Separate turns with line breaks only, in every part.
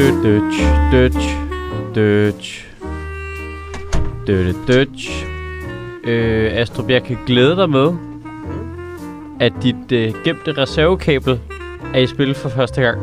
Astrup, jeg kan glæde dig med, at dit gemte reservekabel er i spil for første gang.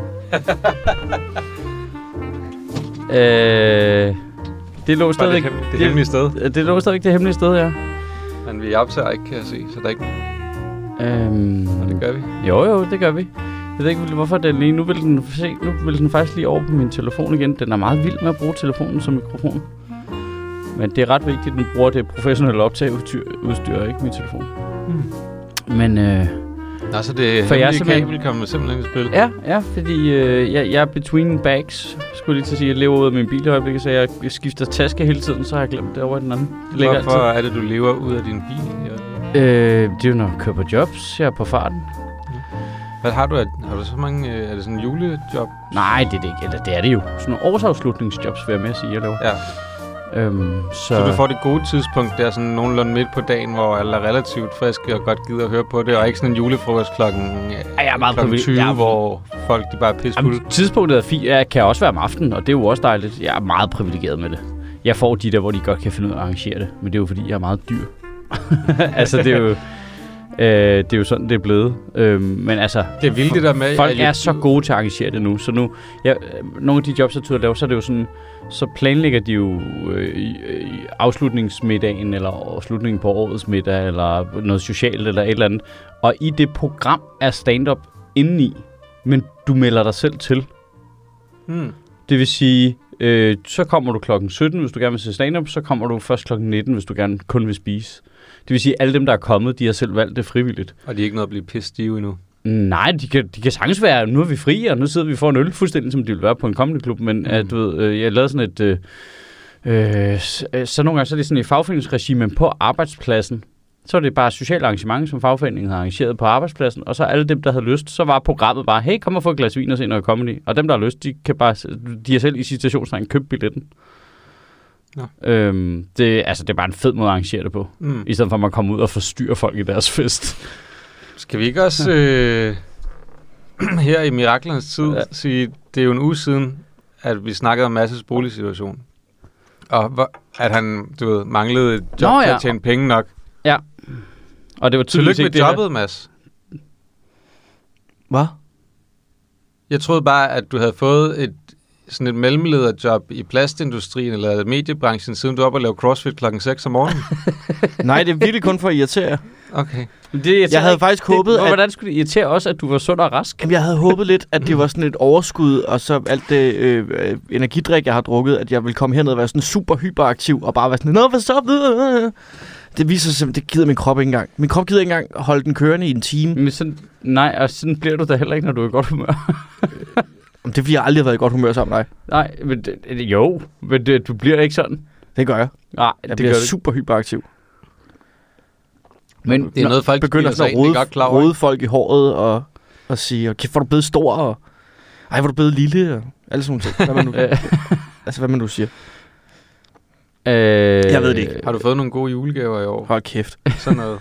Det lå stadigvæk
det hemmelige sted.
Det lå stadigvæk det hemmelige sted, ja.
Men vi optager ikke, kan jeg se, så der er ikke... Og det gør vi.
Jo, det gør vi. Jeg ved ikke, hvorfor det er lige... Nu vil den faktisk lige over på min telefon igen. Den er meget vild med at bruge telefonen som mikrofon. Men det er ret vigtigt, at den bruger det professionelle optageudstyr, ikke min telefon. Men...
så det hemmelige kabel kommer simpelthen i spil?
Ja, fordi jeg er between bags, skulle jeg lige til at sige. Jeg lever ud af min bil i øjeblikket, så jeg skifter taske hele tiden, så har jeg glemt det over i den anden.
Hvorfor er det, du lever ud af din bil?
Det er jo, når jeg kører på jobs. Jeg er på farten.
Hvad har du? Har du så mange... Er det sådan en julejob?
Nej, det er det ikke. Eller det er det jo. Sådan nogle årsafslutningsjobs, vil jeg med at sige, jeg laver.
Ja. Så du får det gode tidspunkt, der sådan nogenlunde midt på dagen, hvor alle er relativt friske og godt gider at høre på det, og ikke sådan en julefrokost klokken 20, hvor folk de bare er pissefulde.
Tidspunktet er fint. Jeg kan også være om aftenen, og det er jo også dejligt. Jeg er meget privilegeret med det. Jeg får de der, hvor de godt kan finde ud af at arrangere det, men det er jo fordi, jeg er meget dyr. Altså, det er jo... det er jo sådan, det er blevet. Men altså...
Det er vildt det der med...
Folk er så gode til at arrangere det nu, så nu... nogle af de jobs, jeg laver, så er det jo sådan... Så planlægger de jo afslutningsmiddagen, eller slutningen på årets middag, eller noget socialt, eller et eller andet. Og i det program er stand-up indeni, men du melder dig selv til. Det vil sige, så kommer du klokken 17, hvis du gerne vil se stand-up, så kommer du først klokken 19, hvis du gerne kun vil spise. Det vil sige, at alle dem, der er kommet, de har selv valgt det frivilligt.
Og de er ikke noget at blive pissestive endnu? Nej,
de kan sagtens være, nu er vi fri, og nu sidder vi for en øl, fuldstændig som de vil være på en comedy klub, men du ved, jeg lavede sådan et, så nogle gange så er det sådan et fagforeningsregi, men på arbejdspladsen, så er det bare et socialt arrangement, som fagforeningen har arrangeret på arbejdspladsen, og så alle dem, der havde lyst, så var programmet bare, hey, kom og få et glas vin og se noget comedy, og dem, der har lyst, de har selv i citationstegn købt billetten. Det er bare en fed måde at arrangere det på, i stedet for at man kommer ud og forstyrrer folk i deres fest.
Skal vi ikke også her i Miraklernes tid sige, det er jo en uge siden, at vi snakkede om Masses boligsituation, og at han, du ved, manglede et job til at tjene penge nok.
Ja. Og det var tydeligt
ikke med jobbet, Mads.
Hvad?
Jeg troede bare, at du havde fået sådan et mellemlederjob i plastindustrien eller mediebranchen, siden du er oppe og laver CrossFit klokken 6 om morgenen.
Nej, det er virkelig kun for at irritere.
Okay.
Jeg havde faktisk håbet, hvordan skulle det irritere også, at du var sund og rask?
Jamen, jeg havde håbet lidt, at det var sådan et overskud, og så alt det energidrik, jeg har drukket, at jeg ville komme herned og være sådan super hyperaktiv, og bare være sådan, nå, hvad så? Det viser sig simpelthen, det gider min krop ikke engang. Min krop gider ikke engang holde den kørende i en time.
Men sådan, nej, og sådan bliver du da heller ikke, når du er i godt humør.
Det er fordi, jeg aldrig har været i godt humør sammen med dig.
Nej, men du bliver ikke sådan.
Det gør jeg.
Nej,
jeg bliver super hyperaktiv.
Men det er noget, folk
begynder sådan at rode folk i håret og sige, okay, hvor er du blevet stor, og hvor er du blevet lille, og alle sådan nogle ting. Hvad man nu siger. Jeg ved det ikke.
Har du fået nogle gode julegaver i år?
Hold kæft.
Sådan noget.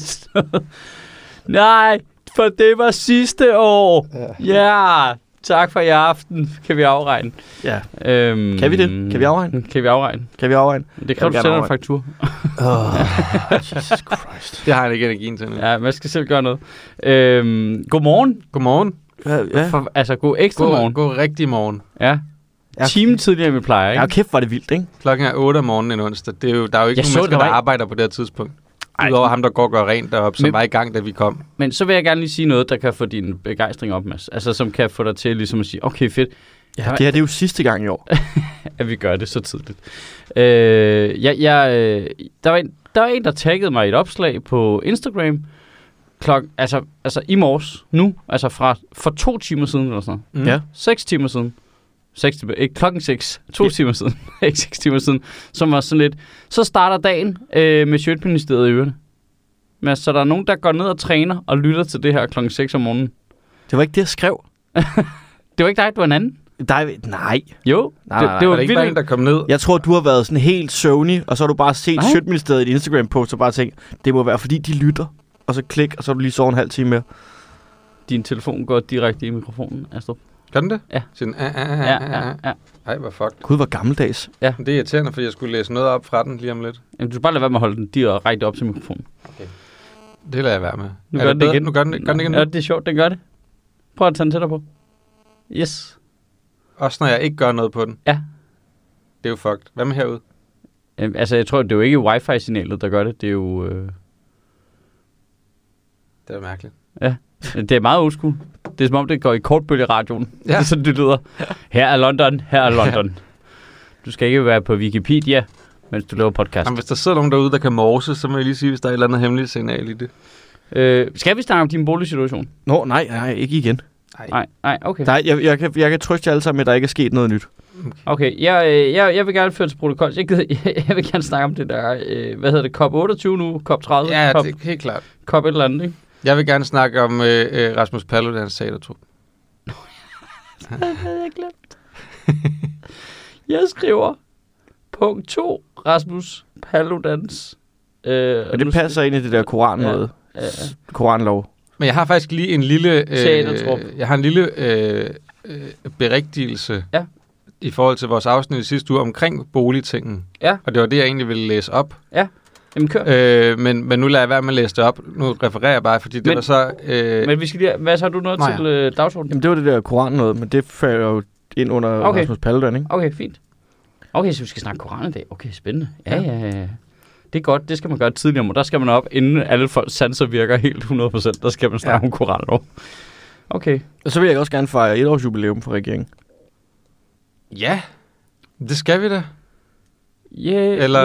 Nej, for det var sidste år. Ja. Tak for i aften. Kan vi afregne?
Ja. Kan vi det? Kan vi afregne?
Kan vi afregne? Det kan du sende en faktur.
Jesus Christ.
Det har jeg ikke energien til nu.
Ja, man skal selv gøre noget. Godmorgen.
Godmorgen.
Ja. God ekstra morgen.
God rigtig morgen.
Ja. Time tidligere, end vi plejer, ikke?
Ja, kæft, var det vildt, ikke?
Klokken er 8 om morgenen en onsdag. Der er jo ikke nogen mennesker, der arbejder på det her tidspunkt. Udover ham, der går og gør rent deroppe, som var i gang, da vi kom.
Men så vil jeg gerne lige sige noget, der kan få din begejstring op, Mads. Altså, som kan få dig til ligesom at sige, okay, fedt.
Ja, det her det er jo sidste gang i år.
At vi gør det så tidligt. Der var en, der taggede mig i et opslag på Instagram, altså i morges, nu, altså for 2 timer siden, eller sådan noget.
Ja.
6 timer siden. Klokken 6. 2 timer siden. Ikke 6 timer siden. Som var sådan lidt. Så starter dagen med Sjøtministeriet i ørerne. Men så der er nogen, der går ned og træner og lytter til det her klokken 6 om morgenen.
Det var ikke det, jeg skrev.
Det var ikke dig, det var en anden.
Nej.
Jo.
Nej. Det var ikke bare en, der kom ned.
Jeg tror, du har været sådan helt søvnig, og så har du bare set Sjøtministeriet i et Instagram-post og bare tænkt, det må være, fordi de lytter. Og så klik, og så har du lige sovet en halv time mere.
Din telefon går direkte i mikrofonen, Astrup.
Gør den det?
Ja.
Sådan,
Ja.
Ej, hvor fuck.
Gud, hvor gammeldags.
Det er irriterende, fordi jeg skulle læse noget op fra den lige om lidt.
Jamen, du skal bare lade være med at holde den direkte op til mikrofonen.
Det lader jeg være med.
Nu gør den det igen.
Nu gør den igen.
Ja, det er sjovt, den gør det. Prøv at tage den tættere på. Yes.
Også når jeg ikke gør noget på den.
Ja.
Det er jo fucked. Hvad med herude?
Altså, jeg tror, det er jo ikke wifi-signalet, der gør det. Det er jo...
Det er mærkeligt.
Ja, det er meget old school. Det er som om, det går i kortbølgeradioen. Ja. Det er sådan, det lyder. Her er London, her er London. Du skal ikke være på Wikipedia, mens du laver podcast.
Jamen, hvis der sidder nogen derude, der kan morse, så må jeg lige sige, hvis der er et eller andet hemmeligt signal i det.
Skal vi snakke om din boligsituation?
Nej, ikke igen.
Nej, okay.
Nej, jeg kan trøste jer alle sammen med, at der ikke er sket noget nyt.
Okay, jeg vil gerne føre til protokol. Jeg vil gerne snakke om det der, hvad hedder det, COP 28 nu, COP 30?
Ja,
COP,
det er helt klart.
COP et eller andet, ikke?
Jeg vil gerne snakke om Rasmus Paludans teatertrup.
Det havde jeg glemt. Jeg skriver punkt 2, Rasmus Paludans.
Og det passer ind i det der koran koranlov.
Men jeg har faktisk lige en lille...
Teatertrup.
Jeg har en lille berigtigelse i forhold til vores afsnit i sidste uge omkring boligtingen.
Ja.
Og det var det, jeg egentlig ville læse op.
Ja. Jamen kør.
Men nu lader jeg være med at læse det op. Nu refererer jeg bare, fordi det var så...
Men vi skal lige... Hvad så har du noget til dagsordenen?
Jamen det var det der koran noget, men det falder jo ind under Rasmus Paludan, ikke?
Okay, fint. Okay, så vi skal snakke koran i dag. Okay, spændende. Ja. Det er godt, det skal man gøre tidligere, men der skal man op, inden alle folks sanser virker helt 100%. Der skal man snakke om koranlov. Okay. Og
så vil jeg også gerne fejre 1 års jubilæum for regeringen.
Ja, det skal vi da.
Yeah,
eller...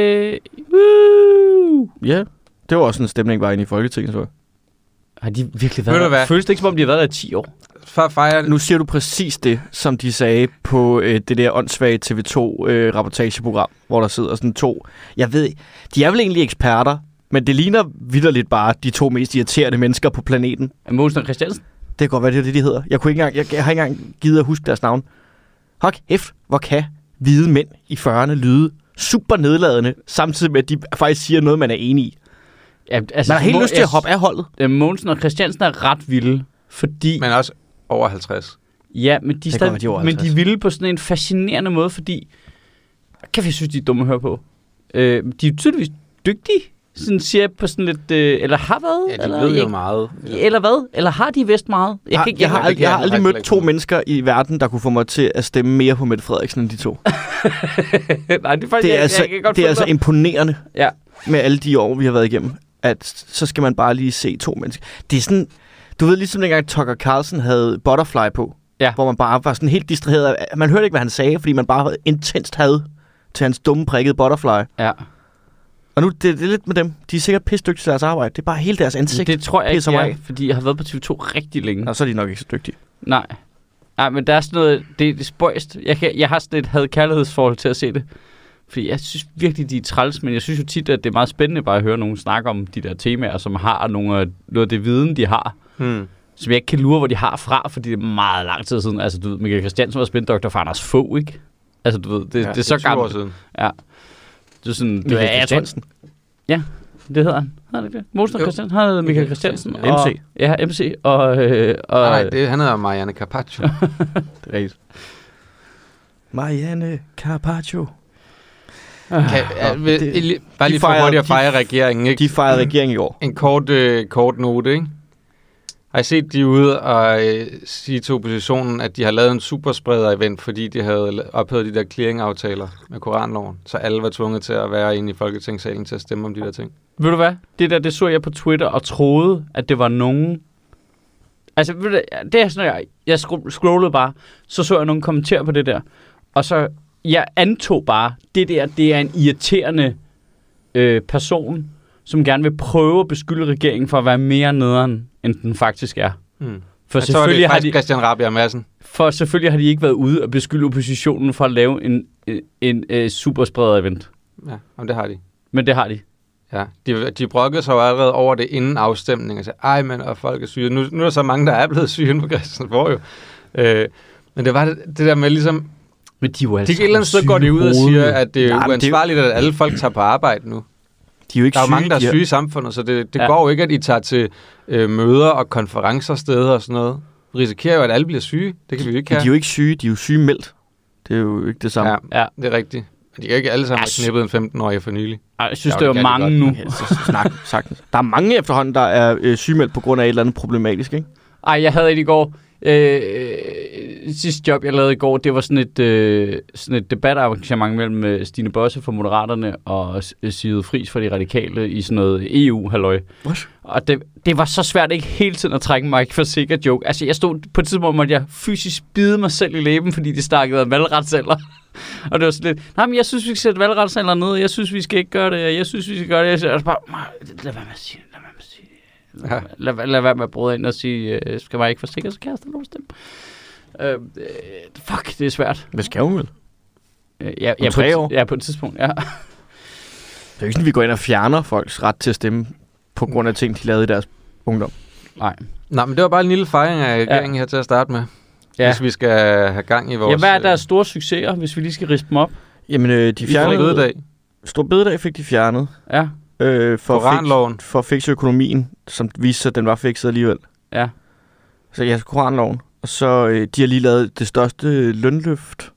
Ja, det var også en stemning bare inde i Folketinget, så.
Har de virkelig været der? Føles det ikke, som om de har været der i 10 år?
Nu siger du præcis det, som de sagde på det der åndssvage TV2-rapportageprogram, hvor der sidder sådan 2... Jeg ved, de er vel egentlig eksperter, men det ligner vitterligt bare de 2 mest irriterende mennesker på planeten.
Mogensen og Christiansen?
Det kan godt være, det er det, de hedder. Jeg har ikke engang givet at huske deres navn. Hok, hvor kan hvide mænd i 40'erne lyde super nedladende, samtidig med, at de faktisk siger noget, man er enig i. Ja, altså, man har helt lyst til at hoppe af holdet.
Mogensen og Christiansen er ret vilde, fordi...
Men også over 50.
Ja, men de er vilde på sådan en fascinerende måde, fordi... Kan vi synes, de er dumme at høre på? De er tydeligvis dygtige, sådan siger jeg på sådan lidt... eller har været?
Ja, de ved jo meget.
Eller hvad? Eller har de vidst meget?
Jeg har aldrig mødt 2 mennesker i verden, der kunne få mig til at stemme mere på Mette Frederiksen end de 2.
Nej, det er
altså imponerende
ja.
Med alle de år, vi har været igennem, at så skal man bare lige se 2 mennesker. Det er sådan... Du ved, ligesom dengang Tucker Carlson havde Butterfly på, hvor man bare var sådan helt distraheret. Man hørte ikke, hvad han sagde, fordi man bare havde intenst had til hans dumme prikkede Butterfly.
Ja.
Og nu, det er lidt med dem. De er sikkert pissedygtige til deres arbejde. Det er bare hele deres ansigt.
Det tror jeg ikke, fordi jeg har været på TV2 rigtig længe.
Og så er de nok ikke så dygtige.
Nej, men der er sådan noget... Det er spøjst. Jeg har sådan et had-kærlighedsforhold til at se det. Fordi jeg synes virkelig, de er træls, men jeg synes jo tit, at det er meget spændende bare at høre nogen snakke om de der temaer, som har noget af det viden, de har. Som jeg ikke kan lure, hvor de har fra, fordi det er meget lang tid siden. Altså, du ved, Michael Christiansen var spændedoktor for Anders Fogh, ikke? Altså, du ved, det er så gammelt. Ja. Det er sådan...
Michael Christiansen?
Ja, det hedder han. Hedder det ikke det? Mogensen Christiansen. Han hedder Michael Christiansen.
MC.
Ja, MC. Og
nej, han hedder Marianne Carpaccio.
Det er rigtigt. Marianne Carpaccio.
Bare lige for hurtigt at fejre regeringen, ikke?
De fejrede regeringen i år.
En kort note, ikke? Har I set de ude og sige til oppositionen, at de har lavet en superspreder-event, fordi de havde ophævet de der clearing-aftaler med koranloven, så alle var tvunget til at være inde i Folketingssalen til at stemme om de der ting?
Ved du hvad? Det så jeg på Twitter og troede, at det var nogen... Altså, det er sådan, jeg scrollede bare, så jeg nogen kommentere på det der, og så... Jeg antog bare, det er en irriterende person, som gerne vil prøve at beskylde regeringen for at være mere nederen, end den faktisk er.
For selvfølgelig har de Christian Rabjerg Madsen.
For selvfølgelig har de ikke været ude og beskylde oppositionen for at lave en superspreder-event.
Ja, men det har de.
Men det har de.
Ja, de brokkede sig jo allerede over det inden afstemningen. Altså, og folk er syge. Nu er der så mange, der er blevet syge inden på Christiansborg jo. Men det var det der med ligesom...
Men de er jo
altså et eller andet sted går de ud og siger, at det er uansvarligt, at alle folk tager på arbejde nu.
De er jo ikke
der er jo mange, der er syge i samfundet, så det går jo ikke, at I tager til møder og konferencer steder og sådan noget. Vi risikerer jo, at alle bliver syge. Det kan vi jo ikke
De
have.
er jo ikke syge, de er jo sygemeldt. Det er jo ikke det samme.
Ja, det er rigtigt. Men de er ikke alle sammen knippet en 15-årig for nylig.
Ej, jeg synes,
Ja,
det
det
var
kan de
mange
godt.
nu.
Ja, sagtens. Der er mange efterhånden, der er sygemeldt på grund af et eller andet problematisk, ikke?
Ej, jeg havde et i går. Sidste job, jeg lavede i går, det var sådan et debatarrangement mellem Stine Bosse fra Moderaterne og Sigrid Friis fra De Radikale i sådan noget EU-halløj. Og det var så svært ikke hele tiden at trække mig for sikker joke. Altså, jeg stod på et tidspunkt, hvor jeg fysisk bide mig selv i læben, fordi de snakkede om valgretsalder. Og det var sådan lidt, nej, men jeg synes, vi skal sætte valgretsalder ned, jeg synes, vi skal ikke gøre det, jeg synes, vi skal gøre det. Jeg bare, lad være med at sige det. Lad være med at bryde ind og sige, skal man ikke forsikre sig, kæreste, eller stemme? Fuck, det er svært.
Hvad skal hun vel?
Ja,
Om 3 år?
Ja, på et tidspunkt, ja.
Det er jo ikke sådan, at vi går ind og fjerner folks ret til at stemme på grund af ting, de lavede i deres ungdom.
Nej.
Nej, men det var bare en lille fejring af regeringen her til at starte med.
Ja.
Hvis vi skal have gang i vores...
Ja, hvad er deres store succeser, hvis vi lige skal riste dem op?
Jamen, de fjernede... Stor bededag fik de fjernet.
Ja.
Koranloven.
For at fikse økonomien, som viste sig, at den var fikset alligevel.
Ja.
Så ja, Koranloven. Og så de har lige lavet det største lønløft.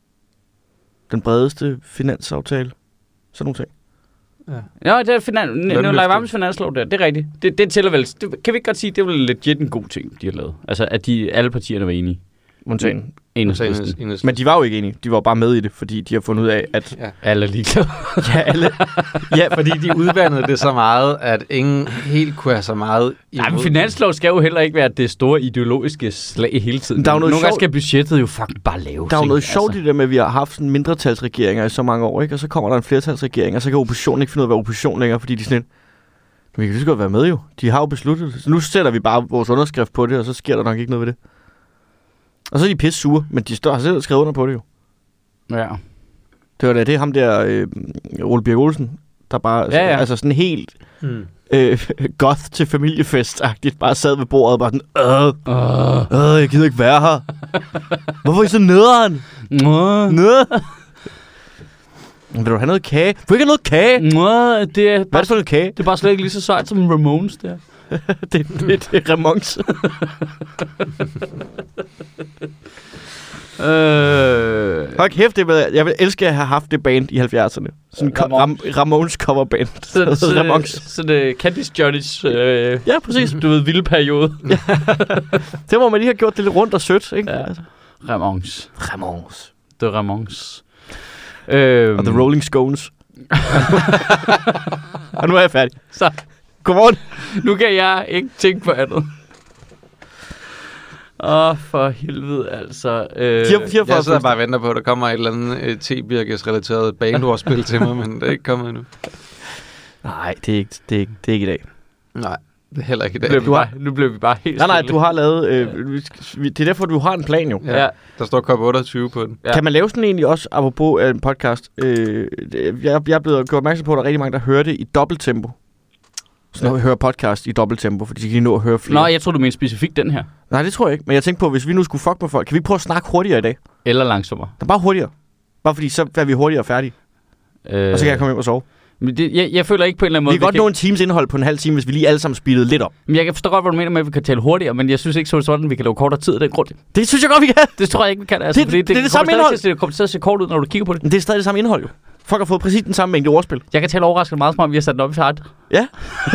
Den bredeste finansaftale. Sådan nogle ting.
Ja, det er Nicolai Wammens finanslov der. Det er rigtigt. Det tæller vel. Kan vi ikke godt sige, det er vel legit en god ting, de har lavet? Altså, at alle partierne var enige.
Undtagen.
Enhedslisten.
Men de var jo ikke enige. De var bare med i det, fordi de har fundet ud af, at...
Ja.
Alle er ligeglade.
Ja, alle...
Ja, fordi de udvandede det så meget, at ingen helt kunne have så meget imod.
Nej, men finanslov skal jo heller ikke være det store ideologiske slag hele tiden.
Der er nogle
gange skal budgettet jo fucking bare lave.
Der er jo noget sjovt i det der med, at vi har haft sådan mindretalsregeringer i så mange år, ikke? Og så kommer der en flertalsregering, og så kan oppositionen ikke finde ud af at være opposition længere, fordi de er sådan lidt, vi kan lige så godt være med jo. De har jo besluttet det. Så nu sætter vi bare vores underskrift på det, og så sker der nok ikke noget ved det. Og så er de pisse sure, men de har selv skrevet under på det jo.
Ja.
Det var da det ham der, Ole Birk Olsen, der bare,
ja.
altså sådan helt goth til familiefest-agtigt, bare sad ved bordet og bare sådan, jeg gider ikke være her. Hvorfor er I så nederen? Vil du have noget kage? Vil du ikke have noget kage?
Det er
Hvad er det for noget kage?
Det er bare slet ikke lige så sejt som Ramones der.
det er Ramones. Hold kæft, jeg vil elske at have haft det band i 70'erne. Sådan Ramones coverband.
Så det Candice Johnny's
ja, præcis.
Du ved, vilde periode.
Det må man lige have gjort det lidt rundt og sødt, ikke?
Ja.
Altså.
Ramones. Det er Ramones.
Og The Rolling Stones. Og nu er jeg færdig.
Så.
Godmorgen.
Nu kan jeg ikke tænke på andet. For helvede, altså.
Jeg sidder bare og venter på, at der kommer et eller andet T-Birkes-relateret baneordspil til mig, men det er ikke kommet endnu.
Nej, det er ikke i dag.
Nej, det er heller ikke i dag.
Nu blev vi bare helt
Nej, du har lavet... det er derfor, du har en plan jo.
Ja. Der står COP28 på den.
Ja. Kan man lave sådan egentlig også, apropos en podcast? Jeg er blevet gjort opmærksom på, at der er rigtig mange, der hører det i dobbelttempo. Så når vi hører podcast i dobbelttempo, fordi de kan lige nå at høre flere.
Nå, jeg tror du mener specifikt den her.
Nej, det tror jeg ikke. Men jeg tænkte på, hvis vi nu skulle fuck med folk, kan vi prøve at snakke hurtigere i dag?
Eller langsommere.
Bare hurtigere. Bare fordi, så er vi hurtigere færdige. Og så kan jeg komme hjem og sove.
Men jeg føler ikke på en eller anden måde...
Vi kan godt nå en times indhold på en halv time, hvis vi lige alle sammen speedede lidt op.
Men jeg kan forstå godt, hvad du mener med, at vi kan tale hurtigere, men jeg synes ikke sådan, at vi kan lave kortere tid af den grund.
Det synes jeg godt, vi kan.
Det tror jeg ikke, vi kan. Altså,
det er det samme indhold.
Det kommer til at se kort ud, når du kigger på det.
Men det er stadig det samme indhold jo. Folk har fået præcis den samme mængde ordspil.
Jeg kan tale overraskende meget, som om vi har sat den op i fart.
Ja.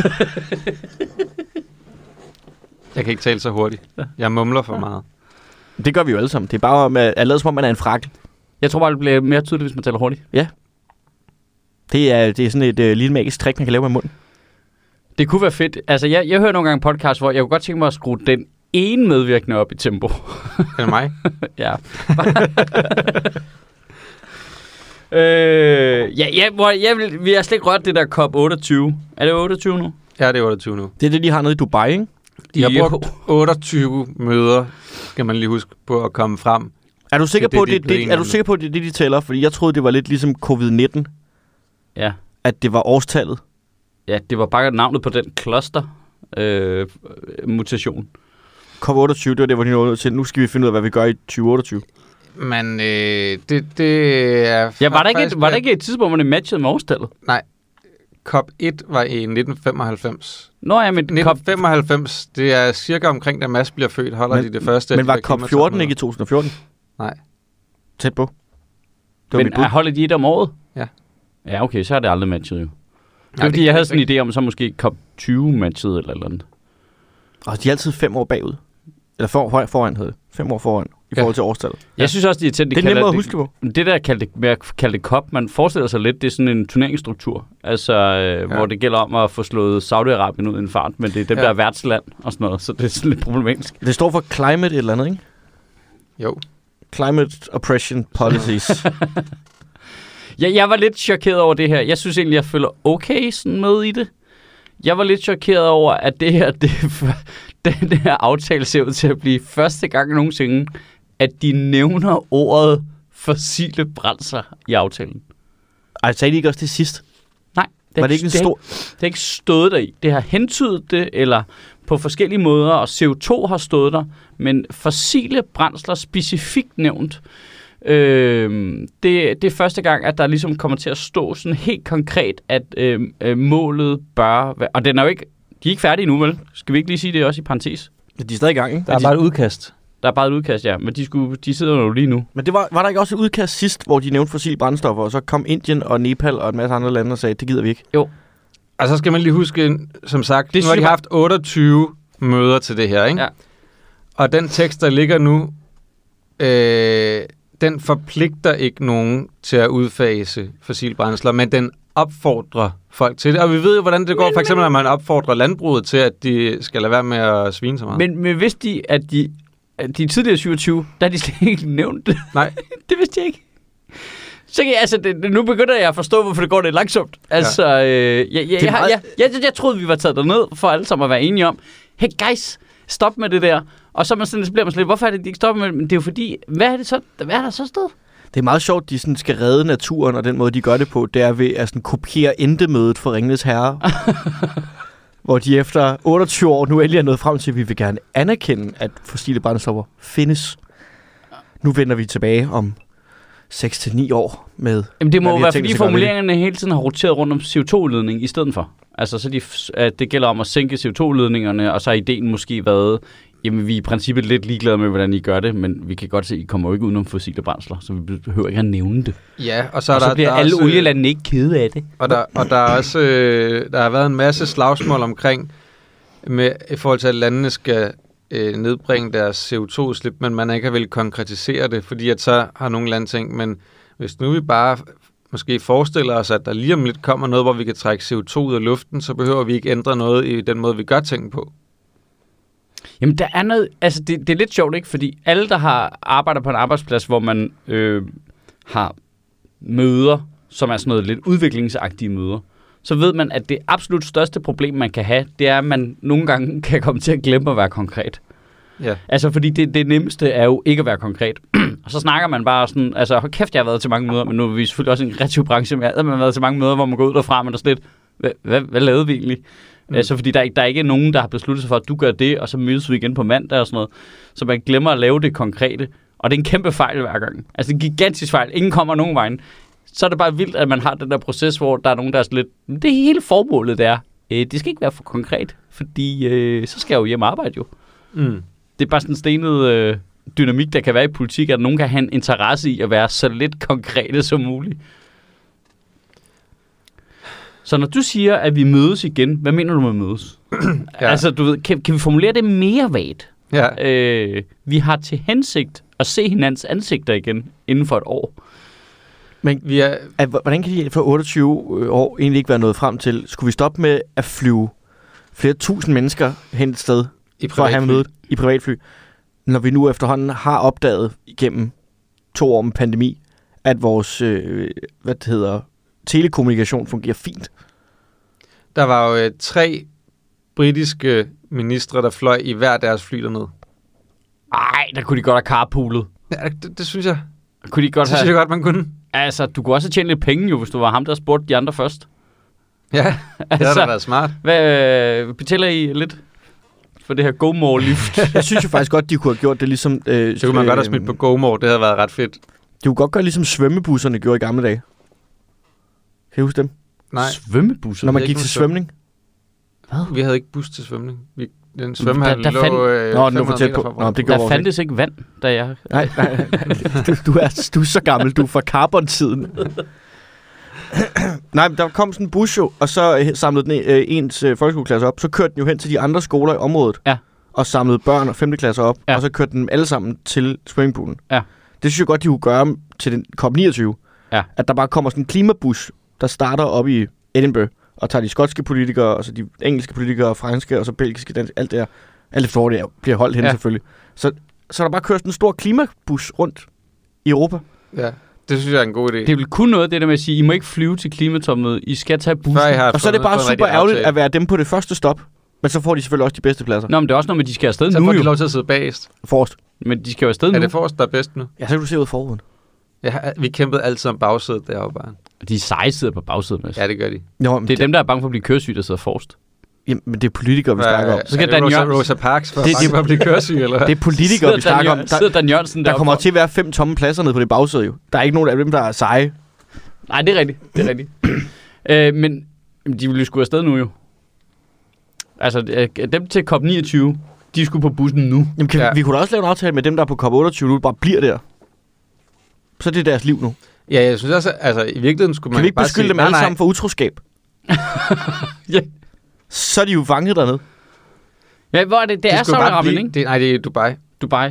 Jeg kan ikke tale så hurtigt. Jeg mumler for meget.
Det gør vi jo alle sammen. Det er bare at lade som om, man er en frakkel.
Jeg tror bare, det bliver mere tydeligt, hvis man taler hurtigt.
Ja. Det er sådan et lille magisk trick, man kan lave med munden.
Det kunne være fedt. Altså, jeg hører nogle gange podcast, hvor jeg kunne godt tænke mig at skrue den ene medvirkende op i tempo.
Er det mig?
Ja. Vi har slet ikke rørt det der COP28. Er det 28 nu?
Ja, det er 28 nu.
Det er det, de har nede i Dubai, ikke?
De har brugt 28 møder, skal man lige huske på at komme frem.
Er du sikker på, at det er det, de tæller? Fordi jeg troede, det var lidt ligesom covid-19.
Ja.
At det var årstallet.
Ja, det var bare navnet på den cluster mutation.
COP28, det var det, hvor de nåede til. Nu skal vi finde ud af, hvad vi gør i 2028.
Men det er...
Ja, var der ikke et tidspunkt, hvor det matchede med årstallet?
Nej. COP1 var i 1995.
Nå ja, men
1995, det er cirka omkring, da Mads bliver født, holder de det første.
Men var COP14 ikke i 2014?
Nej.
Tæt på.
Men holder de et om året?
Ja.
Ja, okay, så er det aldrig matchet jo. Det er fordi, jeg havde sådan en idé om, så måske COP20 matchet eller andet.
Og de er altid 5 år bagud. Eller foran hed det. 5 år foran i forhold til årstallet.
Jeg synes også, det er
nemmere at huske på.
Det der med at kalde det COP, man forestiller sig lidt, det er sådan en turneringsstruktur. Altså, hvor det gælder om at få slået Saudi-Arabien ud i en fart, men det er dem, der er værtsland og sådan noget, så det er sådan lidt problematisk.
Det står for climate et eller andet, ikke?
Jo.
Climate Oppression Policies.
Ja, jeg var lidt chokeret over det her. Jeg synes egentlig, jeg føler okay sådan med i det. Jeg var lidt chokeret over, at det her, den her aftale ser ud til at blive første gang nogensinde, at de nævner ordet fossile brændsler i aftalen.
Ej, sagde de ikke også det sidst?
Nej.
Var det ikke en stor...
Det har ikke stået der i. Det har hentydet det, eller på forskellige måder, og CO2 har stået der, men fossile brændsler specifikt nævnt. Det er første gang, at der ligesom kommer til at stå sådan helt konkret, at målet bør være... Og den er jo ikke... De er ikke færdige nu, vel? Skal vi ikke lige sige det også i parentes?
De er stadig i gang, ikke?
Der er bare et udkast.
Der er bare et udkast, ja. Men de sidder jo lige nu.
Men det var der ikke også et udkast sidst, hvor de nævnte fossile brændstoffer, og så kom Indien og Nepal og en masse andre lande og sagde, det gider vi ikke?
Jo.
Og så skal man lige huske, som sagt, nu har de haft 28 møder til det her, ikke?
Ja.
Og den tekst, der ligger nu, den forpligter ikke nogen til at udfase fossile brændsler, men den opfordrer folk til det. Og vi ved jo, hvordan det går, for eksempel, når man opfordrer landbruget til, at de skal lade være med at svine så meget.
Men vidste de, at de tidligere 27, der har de slet ikke nævnt det?
Nej.
Det vidste jeg ikke. Så nu begynder jeg at forstå, hvorfor det går lidt langsomt. Altså, jeg troede, vi var taget derned for alle sammen at være enige om, hey guys, stop med det der. Og så bliver man sådan lidt, hvorfor er det, de ikke stopper med det? Men det er jo fordi, hvad er der så sted?
Det er meget sjovt, de sådan skal redde naturen, og den måde, de gør det på, det er ved at sådan kopiere endemødet for Ringenes Herre. Hvor de efter 28 år nu endelig er nået frem til, at vi vil gerne anerkende, at fossile brændstoffer findes. Nu vender vi tilbage om 6-9 år med...
Jamen det må være, fordi formuleringerne hele tiden har roteret rundt om CO2-udledning i stedet for. Altså, så det gælder om at sænke CO2-udledningerne, og så har ideen måske været, jamen vi er i princippet lidt ligeglade med, hvordan I gør det, men vi kan godt se, at I kommer jo ikke udenom fossile brændsler, så vi behøver ikke at nævne det.
Ja, og så
bliver alle olielandene ikke kede af det.
Og der er også, der har været en masse slagsmål omkring, i forhold til, at landene skal nedbringe deres CO2-udslip, men man ikke har vel konkretisere det, fordi at så har nogle lande tænkt, men hvis nu vi bare måske forestiller os, at der lige om lidt kommer noget, hvor vi kan trække CO2 ud af luften, så behøver vi ikke ændre noget i den måde, vi gør ting på.
Jamen, der er noget... Altså, det er lidt sjovt, ikke? Fordi alle, der har arbejdet på en arbejdsplads, hvor man har møder, som er sådan noget lidt udviklingsagtige møder, så ved man, at det absolut største problem, man kan have, det er, at man nogle gange kan komme til at glemme at være konkret.
Ja.
Altså, fordi det nemmeste er jo ikke at være konkret. Og så snakker man bare sådan... Altså, hold kæft, jeg har været til mange møder, men nu er vi selvfølgelig også en kreativ branche, men jeg har været til mange møder, hvor man går ud derfra, men der er sådan lidt... Hvad lavede vi egentlig? Altså, fordi der er ikke nogen, der har besluttet sig for, at du gør det, og så mødes vi igen på mandag og sådan noget. Så man glemmer at lave det konkrete. Og det er en kæmpe fejl hver gang. Altså, en gigantisk fejl. Ingen kommer nogen vejen. Så er det bare vildt, at man har den der proces, hvor der er nogen, der er sådan lidt... Det hele formålet er, det skal ikke være for konkret, fordi så skal jeg jo hjem og arbejde jo. Mm. Det er bare sådan en stenet dynamik, der kan være i politik, at nogen kan have en interesse i at være så lidt konkrete som muligt. Så når du siger, at vi mødes igen, hvad mener du med mødes? Ja. Altså, du ved, kan vi formulere det mere vagt?
Ja.
Vi har til hensigt at se hinandens ansigter igen inden for et år.
Men hvordan kan de for 28 år egentlig ikke være nået frem til? Skulle vi stoppe med at flyve flere tusind mennesker hen et sted for at have mødet i privatfly, når vi nu efterhånden har opdaget igennem 2 år med pandemi, at vores telekommunikation fungerer fint?
Der var jo 3 britiske ministre, der fløj i hver deres fly dernede.
Ej, der kunne de godt have carpoolet.
Ja, det synes jeg.
Kunne de godt
synes jeg godt, man kunne.
Altså, du kunne også tjene lidt penge jo, hvis du var ham, der spurgte de andre først.
Ja, det har da været smart.
Hvad betaler I lidt for det her GoMore-lift?
Jeg synes jo faktisk godt, de kunne have gjort det ligesom...
så kunne man godt have smidt på GoMore, det havde været ret fedt.
De kunne godt gøre ligesom svømmebusserne gjorde i gamle dage. Kan I huske dem?
Nej.
Svømmebusser?
Når man
ikke
gik
nogen
til svømning?
Vi havde ikke bus til svømning. Den svømmehal
Der
lå
den lå for tæt på. Nå, det gjorde
Der fandtes ikke vand, da jeg...
Nej. Du er så gammel, du er fra Carbon-tiden. Nej, men der kom sådan en bus jo, og så samlede den ens folkeskoleklasse op. Så kørte den jo hen til de andre skoler i området.
Ja.
Og samlede børn og 5. klasser op. Ja. Og så kørte den alle sammen til swimmingpoolen.
Ja.
Det synes jeg godt, de kunne gøre til den COP29.
Ja. At
der bare kommer sådan en klimabus, der starter op i Edinburgh, og tager de skotske politikere, og så de engelske politikere, franske, og så belgiske, danske, alt det her. Alt efter hvor det bliver holdt hen selvfølgelig. Så der bare kører sådan en stor klimabus rundt i Europa.
Ja, det synes jeg er en god idé.
Det er vel kun noget det der med at sige, I må ikke flyve til klimatopmødet, I skal tage bussen.
Og så er det bare super ærgerligt at være dem på det første stop. Men så får de selvfølgelig også de bedste pladser.
Nå, men det er også noget med, de skal afsted
så
nu.
Så får de lov til at sidde bagest.
Forrest.
Men de skal jo afsted nu.
Er det forrest, der er bedst nu?
Ja, så kan du se ud foruden.
Ja, vi kæmpede altid om bagsædet deroppe.
De seje sidder på bagsædet med.
Ja, det gør de.
Jo,
det er dem, der er bange for at blive køresyge, der sidder forrest.
Jamen, det er politikere, vi snakker om.
Så skal Dan Jørgensen... Rosa Parks for at blive køresyge, eller hvad?
Det er politikere, vi snakker om.
Sidder Dan Jørgensen
der kommer til at være 5 tomme pladser nede på det bagsæde jo. Der er ikke nogen af dem, der er seje.
Nej, det er rigtigt. Men de vil jo sgu afsted nu jo. Altså, dem til COP29, de skulle på bussen nu.
Jamen, vi kunne da også lave en aftale med dem, der er på COP28 nu, bare bliver der. Så er det deres liv nu.
Ja, jeg synes også, altså i virkeligheden skulle man
kan vi ikke
bare
beskylde
sige,
dem alle sammen for utroskab?
Ja.
Så er de jo fanget dernede.
Ja, hvor er det? Det er Saudi-Arabien, ikke?
Nej, det er Dubai.
Dubai.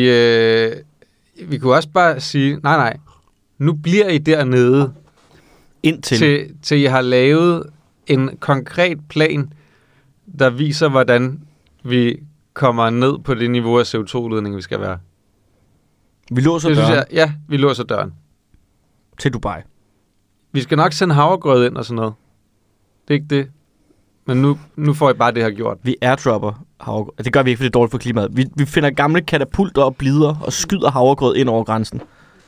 Vi kunne også bare sige, nej, nu bliver I dernede,
indtil
I har lavet en konkret plan, der viser, hvordan vi kommer ned på det niveau af CO2-udledning, vi skal være.
Vi låser døren.
Vi låser døren.
Til Dubai.
Vi skal nok sende havregrød ind og sådan noget. Det er ikke det. Men nu får I bare det her gjort.
Vi airdropper havregrød. Det gør vi ikke, for det er dårligt for klimaet. Vi finder gamle katapulter og blider og skyder havregrød ind over grænsen.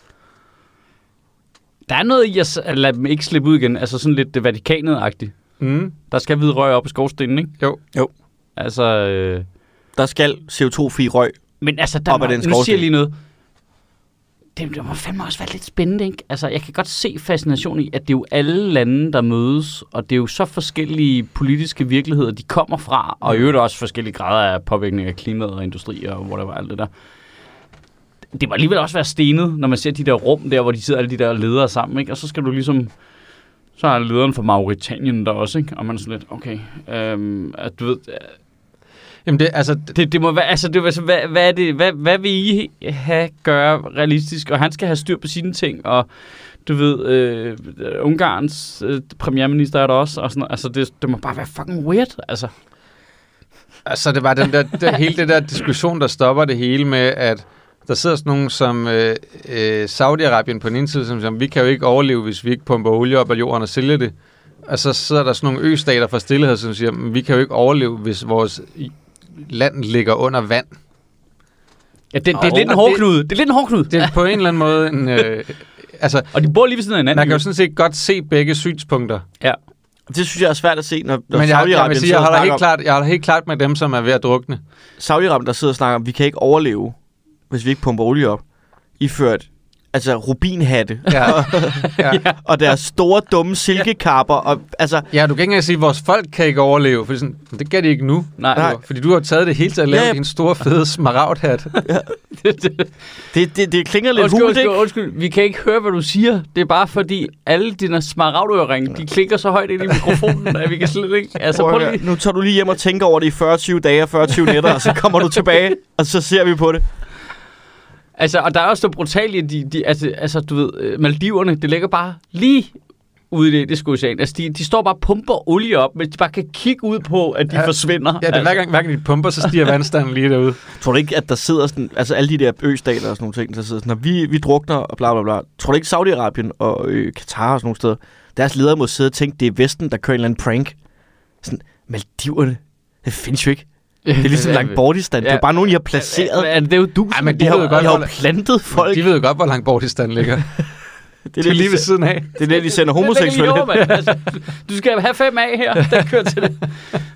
Der er noget i at lade dem ikke slippe ud igen. Altså sådan lidt det Vatikanet-agtigt.
Mm.
Der skal hvid røg op i skovstenen, ikke?
Jo.
Altså...
Der skal CO2-fri røg.
Men altså, nu siger jeg lige noget. Det må fandme også være lidt spændende, ikke? Altså, jeg kan godt se fascinationen i, at det er jo alle lande, der mødes, og det er jo så forskellige politiske virkeligheder, de kommer fra, og i øvrigt også forskellige grader af påvirkning af klimaet og industri og whatever, alt det der. Det må alligevel også være stenet, når man ser de der rum der, hvor de sidder alle de der ledere sammen, ikke? Og så skal du ligesom... Så er lederen fra Mauritanien der også, ikke? Og man er sådan lidt, okay, du ved...
Jamen
det må være, altså hvad er det, hvad vil I gøre realistisk? Og han skal have styr på sine ting, og du ved, Ungarns premierminister er der også, og sådan, altså det må bare være fucking weird, altså.
Altså det var hele det der diskussion, der stopper det hele med, at der sidder sådan nogen som Saudi-Arabien på den ene side, som vi kan jo ikke overleve, hvis vi ikke pumper olie op af jorden og sælger det. Og så sidder der sådan nogle østater fra stillehed, som siger, vi kan jo ikke overleve, hvis vores land ligger under vand.
Ja, det er lidt en hårdknude. Det er lidt en hårdknude.
Det er på en eller anden måde en... altså,
og de bor lige ved siden af hinanden.
Man kan jo sådan set godt se begge synspunkter.
Ja.
Det synes jeg er svært at se, når
men jeg har helt klart med dem, som er ved at drukne.
Saudi-Arabien, der sidder og snakker om, vi kan ikke overleve, hvis vi ikke pumper olie op. Iført altså rubinhatte og deres store, dumme silkekapper. Og, altså,
ja, du kan ikke engang sige, at vores folk kan ikke overleve, for sådan, det kan de ikke nu.
Nej.
Fordi du har taget det hele til at lave en stor, fede smaragdhat.
Det klinger lidt hult, ikke?
Undskyld, vi kan ikke høre, hvad du siger. Det er bare fordi, alle dine smaragdøringe, de klikker så højt ind i mikrofonen, at vi kan slet ikke... Altså, prøv lige.
Nu tager du lige hjem og tænker over det i 40-20 dage og 40-20 nætter, og så kommer du tilbage, og så ser vi på det.
Altså, og der er også så brutalt, altså, du ved, Maldiverne, det ligger bare lige ude i det ocean. Altså, de står bare og pumper olie op, men de bare kan kigge ud på, at de forsvinder.
Ja, hver gang de pumper, så stiger vandstanden lige derude.
Tror du ikke, at der sidder sådan, altså alle de der østater og sådan nogle ting, der sidder sådan, når vi drukner og bla bla bla. Tror du ikke, Saudi-Arabien og Katar og sådan nogle steder, deres ledere må sidde og tænke, det er Vesten, der kører en eller anden prank. Sådan, Maldiverne, det findes jo ikke. Det er ligesom Langbordistan. Det er bare nogen, I har placeret.
Det er jo du.
Ja, men de har jo plantet folk.
De ved jo godt, hvor Langbordistan ligger.
det er lige ved siden af. Det er det, de sender homoseksuelle hen.
Altså, du skal have 5 af her, der kører til det.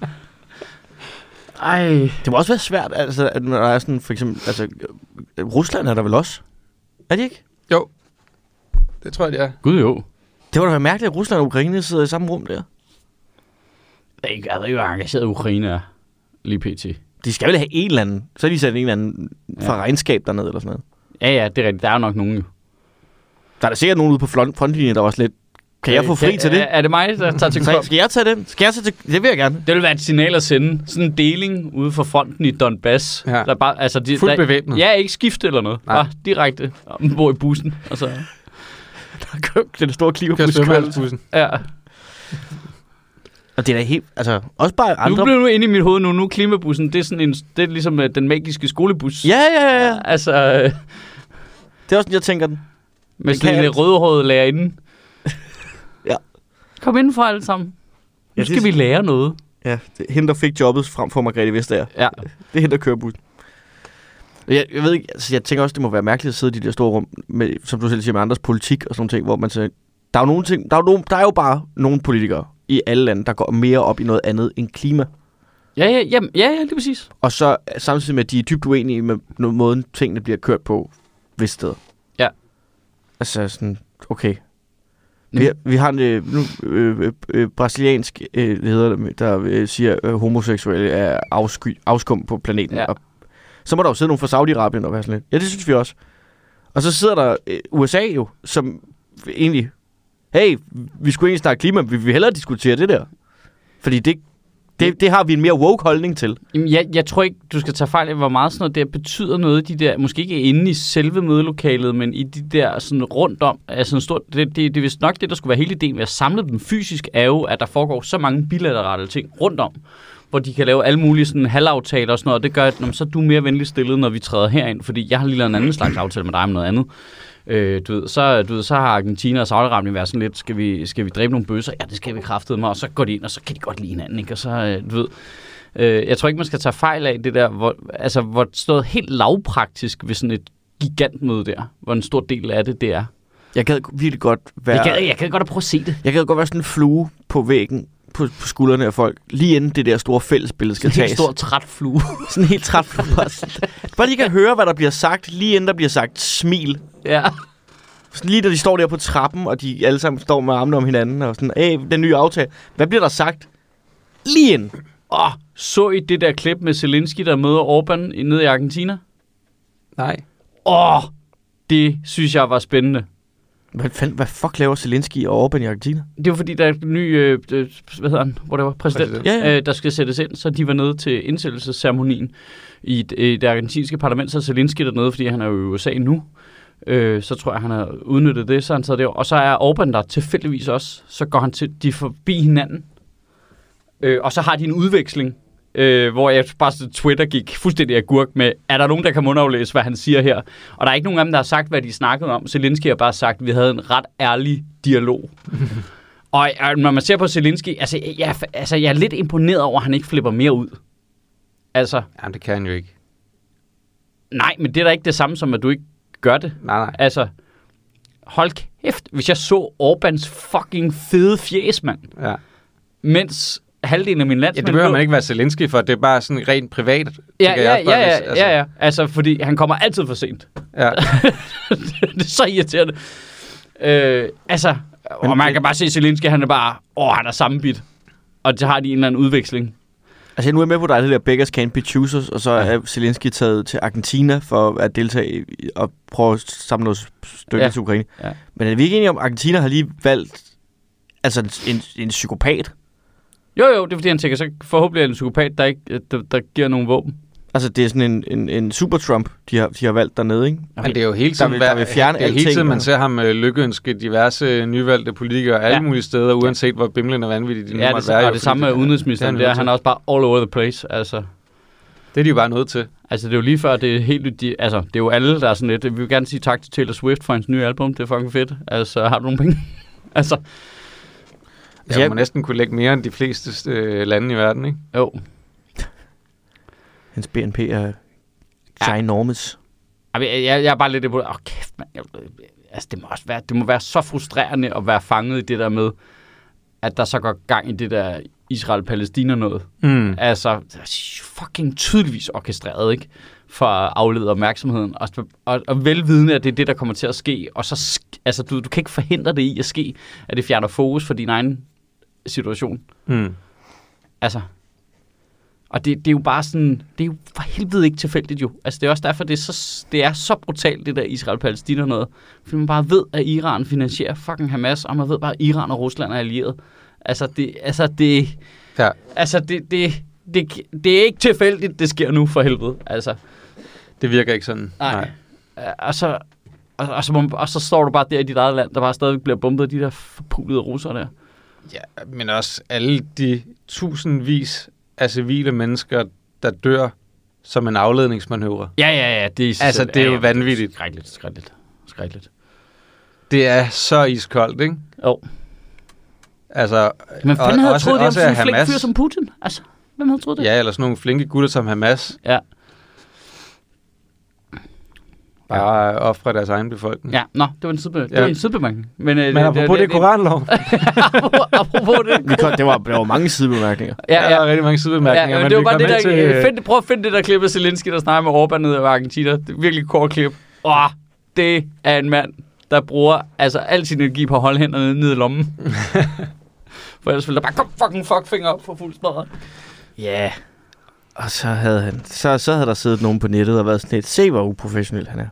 Ej.
Det må også være svært, altså, at når der er sådan, for eksempel, altså, Rusland er der vel også? Er de ikke?
Jo. Det tror jeg, de er.
Gud jo.
Det var da mærkeligt, at Rusland og Ukraine sidder i samme rum der.
Jeg ved ikke, hvor engageret Ukraine er lige pt.
De skal vel have en eller anden. Så er de sat en eller anden fra regnskab dernede eller sådan noget.
Ja, det er rigtigt. Der er jo nok nogen jo.
Der er da sikkert nogen ude på frontlinjen, der var lidt... Kan jeg få fri til det?
Er det mig, der tager til
Skal jeg tage det? Det vil jeg gerne.
Det vil være et signal at sende. Sådan en deling ude for fronten i Donbass.
Ja.
Der bare, altså,
fuldt bevæbnet.
Ja, ikke skifte eller noget. Bare direkte ombord i bussen. Og så...
Den store klimabussen.
Ja.
Og det er da helt... Altså, også bare andre...
Nu bliver du inde i mit hoved nu. Nu klimabussen, det er sådan det er ligesom den magiske skolebus.
Ja.
Altså...
Det er også sådan, jeg tænker den.
Med sådan en rødhåret lærerinde.
Ja.
Kom indenfor alle sammen. Nu skal vi lære noget.
Ja, det hende, der fik jobbet frem for Margrethe Vestager.
Ja.
Det er hende, der kører bussen. Jeg ved ikke, altså jeg tænker også, det må være mærkeligt at sidde i de der store rum, med, som du selv siger, med andres politik og sådan nogle ting, hvor man siger, der er jo nogle ting, der er jo bare nogle politikere i alle lande, der går mere op i noget andet end klima.
Ja, lige præcis.
Og så samtidig med, at de er dybt uenige med måden, tingene bliver kørt på visse steder.
Ja.
Altså sådan, okay. Vi har en brasiliansk leder, der siger, at homoseksuelle er afskum på planeten. Ja. Og så må der jo sidde nogen fra Saudi-Arabien og være sådan lidt. Ja, det synes vi også. Og så sidder der USA jo, som egentlig, hey, vi skulle egentlig snakke klima, vi vil hellere diskutere det der. Fordi det har vi en mere woke holdning til.
Jamen, jeg tror ikke, du skal tage fejl af, hvor meget sådan noget der betyder noget, de der, måske ikke inde i selve mødelokalet, men i de der sådan rundt om, altså en stor, det er vist nok det, der skulle være hele ideen ved at samle dem fysisk, er jo, at der foregår så mange bilaterale ting rundt om, hvor de kan lave alle mulige sådan halvaftaler og sådan noget, og det gør, at så er du mere venlig stillet, når vi træder herind, fordi jeg har lige lavet en anden slags aftale med dig om noget andet. Så har Argentina og Saudi-Arabien været sådan lidt, skal vi dræbe nogle bøsser? Ja, det skal vi kraftedeme, og så går de ind, og så kan de godt lide hinanden, ikke? Og så, jeg tror ikke, man skal tage fejl af det der, hvor stået helt lavpraktisk ved sådan et gigantmøde der, hvor en stor del af det er.
Jeg gad virkelig godt være...
Jeg gad godt at prøve at se det.
Jeg gad godt være sådan en flue på væggen, på skuldrene af folk, lige inden det der store fællesbillede skal tages.
En stor træt flue.
Sådan en helt træt flue. Bare lige kan høre, hvad der bliver sagt, lige inden der bliver sagt smil.
Ja.
Sådan lige da de står der på trappen, og de alle sammen står med armene om hinanden, og sådan, den nye aftale. Hvad bliver der sagt? Lige inden.
Så I det der klip med Zelensky, der møder Orbán nede i Argentina?
Nej.
Det synes jeg var spændende.
Hvad fuck laver Zelensky og Orbán i Argentina?
Det var fordi, der er en ny, præsident, der skal sættes ind, så de var nede til indsættelsesceremonien i det argentinske parlament, så Zelensky dernede, fordi han er jo i USA nu. Så tror jeg, han har udnyttet det, så han tager det over. Og så er Orbán der tilfældigvis også. Så går han de forbi hinanden. Og så har de en udveksling, hvor jeg bare Twitter gik fuldstændig agurk med, er der nogen, der kan mundaflæse, hvad han siger her? Og der er ikke nogen af dem, der har sagt, hvad de snakkede om. Zelensky har bare sagt, at vi havde en ret ærlig dialog. Og når man ser på Zelensky, jeg er lidt imponeret over, at han ikke flipper mere ud. Altså.
Jamen, det kan han jo ikke.
Nej, men det er da ikke det samme som, at du ikke gør det.
Nej.
Altså, hold kæft, hvis jeg så Orbáns fucking fede fjes, mand.
Ja.
Mens halvdelen af min landsmænd...
Ja, det behøver man ikke være Zelensky for, det er bare sådan rent privat.
Ja. Altså, fordi han kommer altid for sent.
Ja.
Det er så irriterende. Og man kan bare se Zelensky, han er bare... han er sammenbit. Og så har de en eller anden udveksling.
Altså, nu er jeg med på dig, det der Beggars Can't Be Choosers, og så er Zelensky taget til Argentina for at deltage og prøve at samle noget støtte til Ukraine. Ja. Men er vi ikke enige om, at Argentina har lige valgt en psykopat?
Jo, det er fordi, han tænker, så forhåbentlig er en psykopat, der giver nogle våben.
Altså, det er sådan en super-Trump, de har valgt dernede, ikke?
Okay. Men det er jo hele tiden,
der vil fjerne
det er hele tiden, man ser ham lykønske diverse nyvalgte politikere alle mulige steder, uanset hvor bimlende og vanvittigt de nu måtte være.
Og det samme med udenrigsministeren, han er også bare all over the place, altså.
Det er de jo bare nødt til.
Altså, det er jo lige før, det er helt... det er jo alle, der er sådan lidt... Vi vil gerne sige tak til Taylor Swift for hans nye album, det er fucking fedt. Altså, har du nogle penge? Altså...
Jeg må næsten kunne lægge mere end de fleste lande i verden, ikke?
Jo.
Hans BNP er ginormous.
Jeg er bare lidt... kæft, mand. Det må være så frustrerende at være fanget i det der med, at der så går gang i det der Israel-Palæstina noget. Altså, fucking tydeligvis orkestreret, ikke? for at aflede opmærksomheden, og velvidende, at det er det, der kommer til at ske, og så, altså, du kan ikke forhindre det i at ske, at det fjerner fokus for din egen situation. Altså, og det er jo bare sådan, det er jo for helvede ikke tilfældigt jo. Altså, det er også derfor, det er så brutalt, det der Israel-Palæstina noget, fordi man bare ved, at Iran finansierer fucking Hamas, og man ved bare, at Iran og Rusland er allieret. Det er ikke tilfældigt, det sker nu for helvede. Altså.
Det virker ikke sådan.
Nej. Og så står du bare der i dit eget land, der bare stadig bliver bombet af de der forpulede russere der.
Ja, men også alle de tusindvis af civile mennesker, der dør som en afledningsmanøvre.
Ja.
Det er jo vanvittigt.
Skrækkeligt.
Det er så iskoldt, ikke?
Jo.
Altså,
men fanden havde troet det om sådan en flink
Hamas,
fyr som Putin? Altså, hvem havde troet det?
Ja, eller sådan nogle flinke gutter som Hamas.
Ja.
Bare ofre deres egen befolkning.
Ja, det var en sidebemærkning. Men
apropos det koranlov.
apropos det.
Der var mange sidebemærkninger.
Ja, der var rigtig mange sidebemærkninger.
Ja, det var bare det der, prøv at finde det der klip af Zelensky, der snakker med Orbán nede i Argentina. Det er virkelig kort klip. Det er en mand, der bruger altså al sin energi på at holde hænderne nede i lommen. For ellers ville der bare komme fuckfinger op for fuld smadret.
Ja. Og så havde der siddet nogen på nettet og været sådan lidt, se hvor uprofessionel han er.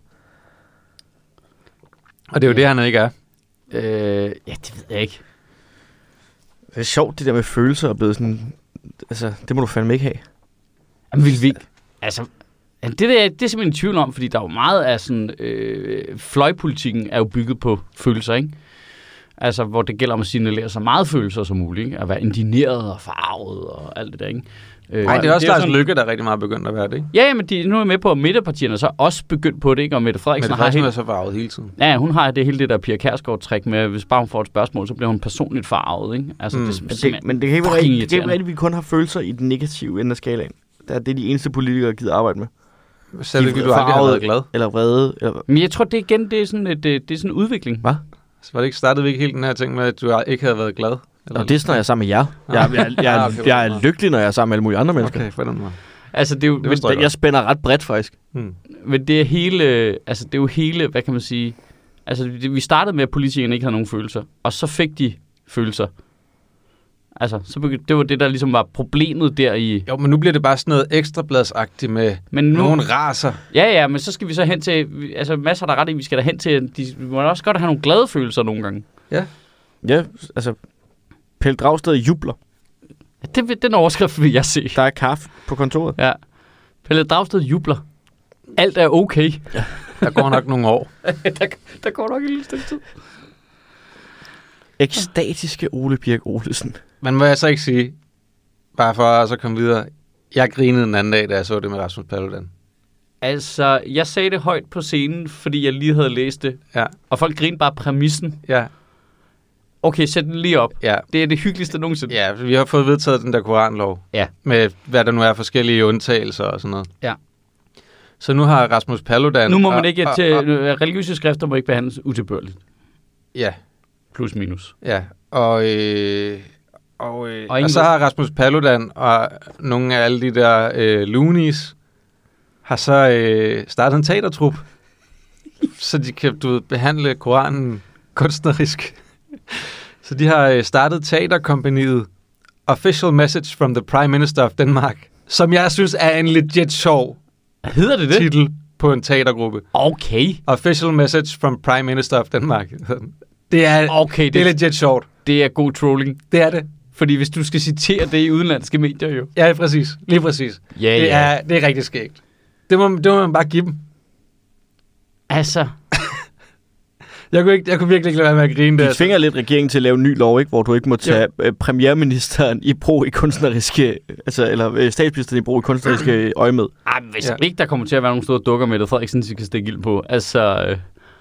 Og det er jo det, han ikke er.
Ja, det ved jeg ikke.
Det er sjovt, det der med følelser er blevet sådan, altså, det må du fandme ikke have.
Jamen, vil vi ikke? Altså, det er simpelthen en tvivl om, fordi der er jo meget af sådan, fløjpolitikken er jo bygget på følelser, ikke? Altså, hvor det gælder om at signalere så meget følelser som muligt, ikke? At være indigneret og forarvet og alt det der, ikke?
Nej, det er også Lars Løkke, der er rigtig meget begyndt at være det, ikke?
Ja, men nu er jeg med på, at midterpartierne så også begyndt på det, ikke? Og Mette Frederiksen
er så farvet hele tiden.
Ja, hun har hele det der Pia Kjærsgaard-træk med, hvis bare hun får et spørgsmål, så bliver hun personligt farvet, ikke? Altså,
men det kan ikke være rigtigt, at vi kun har følelser i den negative ende af skalaen. Det er de eneste politikere, der gider arbejde med.
Selv ikke, du aldrig har været glad.
Eller vrede. Eller...
Men jeg tror, det er sådan en udvikling.
Hvad?
Så var det ikke startet ikke helt den her ting med, at du ikke havde været glad?
Eller? Og det er, når jeg er sammen med jer. Jeg er lykkelig, når jeg er sammen med alle mulige andre mennesker.
Okay, for den måde.
Altså, det er jo,
jeg spænder ret bredt, faktisk.
Men det er det er jo hele, hvad kan man sige... Altså, vi startede med, at politikerne ikke havde nogen følelser. Og så fik de følelser. Altså, det var det, der ligesom var problemet der i...
Jo, men nu bliver det bare sådan noget ekstrabladsagtigt med nogle racer.
Ja, men så skal vi så hen til... Altså, masser der ret i, vi skal da hen til... Vi må også godt have nogle glade følelser nogle gange.
Ja.
Ja, altså... Pelle Dragsted jubler.
Ja, den overskrift vil jeg se.
Der er kaffe på kontoret.
Ja. Pelle Dragsted jubler. Alt er okay.
Ja.
Der går nok nogle år.
der går nok en lille stykke tid.
Ekstatiske Ole Birk Olesen.
Men må jeg så ikke sige, bare for at så komme videre, jeg grinede den anden dag, da jeg så det med Rasmus Paludan.
Altså, jeg sagde det højt på scenen, fordi jeg lige havde læst det.
Ja.
Og folk grinede bare præmissen.
Ja.
Okay, sæt den lige op.
Ja.
Det er det hyggeligste nogensinde.
Ja, vi har fået vedtaget den der koranlov.
Ja.
Med, hvad der nu er forskellige undtagelser og sådan noget.
Ja.
Så nu har Rasmus Paludan...
Nu må man ikke... religiøse skrifter må ikke behandles utilbørligt.
Ja.
Plus minus.
Ja. Og så har Rasmus Paludan og nogle af alle de der loonies har så startet en teatertrup, så de kan behandle Koranen kunstnerisk. Så de har startet teaterkompaniet Official Message from the Prime Minister of Denmark, som jeg synes er en legit sjov titel på en teatergruppe.
Okay.
Official Message from Prime Minister of Denmark. Det er legit sjovt.
Det er god trolling.
Det er det.
Fordi hvis du skal citere det i udenlandske medier jo.
Ja, præcis. Lige præcis.
Ja,
det er rigtig skægt. Det må man bare give dem.
Altså...
Jeg kunne virkelig ikke lade være med at grine det.
De tvinger lidt regeringen til at lave en ny lov, ikke, hvor du ikke må tage premierministeren i brug i kunstneriske, eller statsministeren i brug i kunstneriske øje med.
Ej, men hvis ikke der kommer til at være nogle store dukker med det, Frederiksen kan stikke ild på. Altså...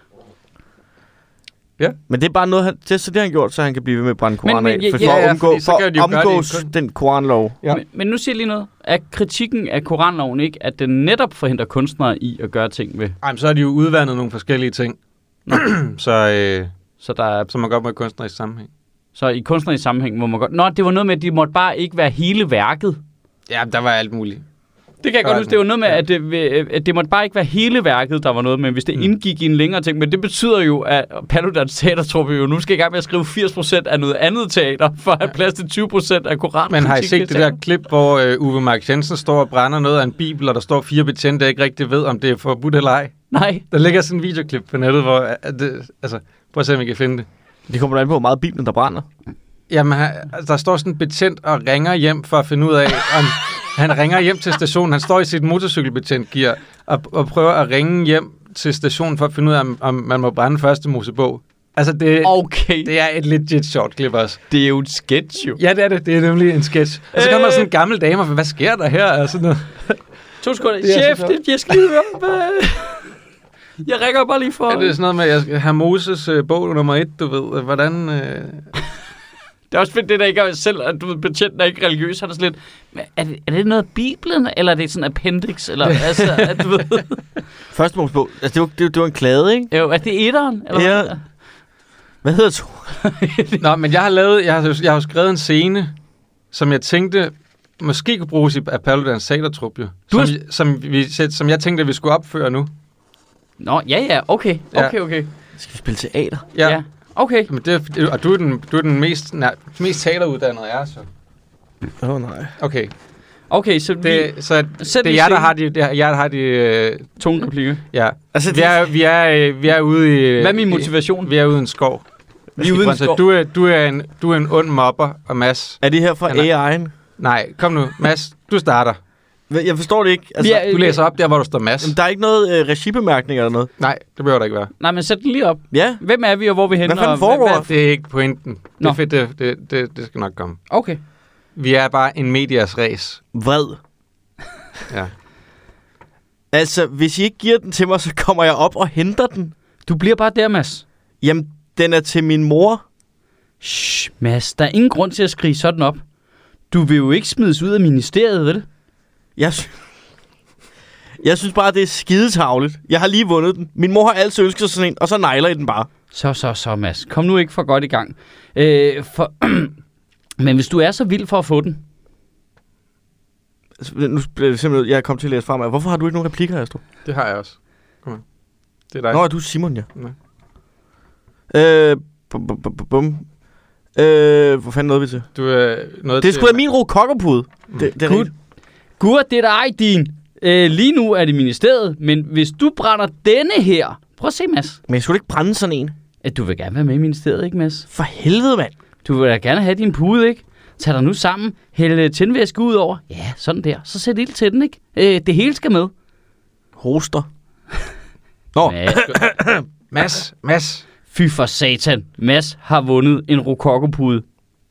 Ja. Men det er bare noget, det har han gjort, så han kan blive ved med at brænde koraner af. For at omgås den koranlov.
Ja. Men nu siger jeg lige noget. Er kritikken af koranloven ikke, at den netop forhindrer kunstnere i at gøre ting med?
Ej, men så har de jo udvandet nogle forskellige ting. Så man godt må i kunstnerisk sammenhæng.
Så i kunstnerisk sammenhæng må man godt... Nå, det var noget med, at de måtte bare ikke være hele værket.
Ja, der var alt muligt.
Det kan jeg godt huske. Det var noget med, at det måtte bare ikke være hele værket, der var noget med, hvis det indgik i en længere ting. Men det betyder jo, at Paludans teatertruppe jo nu skal i gang med at skrive 80% af noget andet teater, for at have plads til 20% af Koranen.
Men har I set det der klip, hvor Uwe Mark Jensen står og brænder noget af en bibel, og der står 4 betjente, der ikke rigtig ved, om det er forbudt eller ej?
Nej.
Der ligger sådan en videoklip på nettet, hvor... prøv at se, om I kan finde det.
Det kommer der an på, hvor meget Bibelen, der brænder.
Jamen, der står sådan en betjent og ringer hjem for at finde ud af, om... Han ringer hjem til stationen. Han står i sit motorcykelbetjentgear og prøver at ringe hjem til stationen for at finde ud af, om man må brænde første Mosebog. Altså, det er et legit short klip også.
Det er jo en sketch, jo.
Ja, det er det. Det er nemlig en sketch. Og så kommer der sådan en gammel dame, og hvad sker der her? Altså, noget.
2 sekunder. Chef, jeg skal lige høre. Jeg ringer bare lige for...
Ja, det er sådan noget med, at jeg skal have Moses bog nummer 1, du ved. Hvordan...
Det er også fedt, det der ikke er selv, at du ved, betjenten er ikke religiøs. Han er sådan lidt, er det noget af Bibelen, eller er det sådan en appendix? Eller, altså, at du ved...
Første Mosebog. Altså, det var en klade, ikke?
Jo, er det etteren? Eller
ja. Hvad hedder det?
Nå, men jeg har skrevet en scene, som jeg tænkte, måske kunne bruges af Paludans teatertrup, jo. Som jeg tænkte, at vi skulle opføre nu.
Nå, ja, okay.
Skal vi spille teater?
Ja. Okay.
Men og du er den mest teateruddannede af os, så.
Nej.
Okay, så
det er jer, der har de
tunge replikker.
Ja. Altså, vi er ude i...
Hvad er min motivation?
Vi er ude i en skov.
Vi er ude i en skov.
Du er en ond mobber, og Mads...
Er det her fra AI'en?
Nej, kom nu. Mads, du starter.
Jeg forstår det ikke. Altså,
du læser op der, hvor der står Mads.
Jamen, der er ikke noget regibemærkning eller noget.
Nej, det behøver der ikke være.
Nej, men sæt den lige op.
Ja.
Hvem er vi, og hvor er vi henne?
Hvad fanden foregår?
Det er ikke pointen. Det er fedt, det skal nok komme.
Okay.
Vi er bare en medias race.
Vred.
Ja.
Altså, hvis I ikke giver den til mig, så kommer jeg op og henter den.
Du bliver bare der, Mads.
Jamen, den er til min mor.
Shh, Mads, der er ingen grund til at skrige sådan op. Du vil jo ikke smides ud af ministeriet, vel?
Jeg synes bare, det er skidetavligt. Jeg har lige vundet den. Min mor har altid ønsket sig sådan en, og så nejler I den bare.
Så, Mads. Kom nu ikke for godt i gang. Men hvis du er så vild for at få den...
Altså, nu bliver det simpelthen... Jeg kom til at læse frem af. Hvorfor har du ikke nogen replikker, Astro?
Det har jeg også. Kom her. Det er dig.
Nå, er du Simon, ja.
Nej.
Hvor fanden nåede vi til?
Du er noget
det er sgu da min rokokkerpude.
Gud, det er dig, din. Lige nu er det ministeriet, men hvis du brænder denne her... Prøv at se, Mads.
Men jeg skulle ikke brænde sådan en.
Du vil gerne være med i ministeriet, ikke, Mads?
For helvede, mand.
Du vil da gerne have din pude, ikke? Tag dig nu sammen, hælde tændvæske ud over. Ja, sådan der. Så sæt ild til den, ikke? Det hele skal med.
Hoster. Nå.
Mads.
Fy for satan. Mads har vundet en rokokkopude.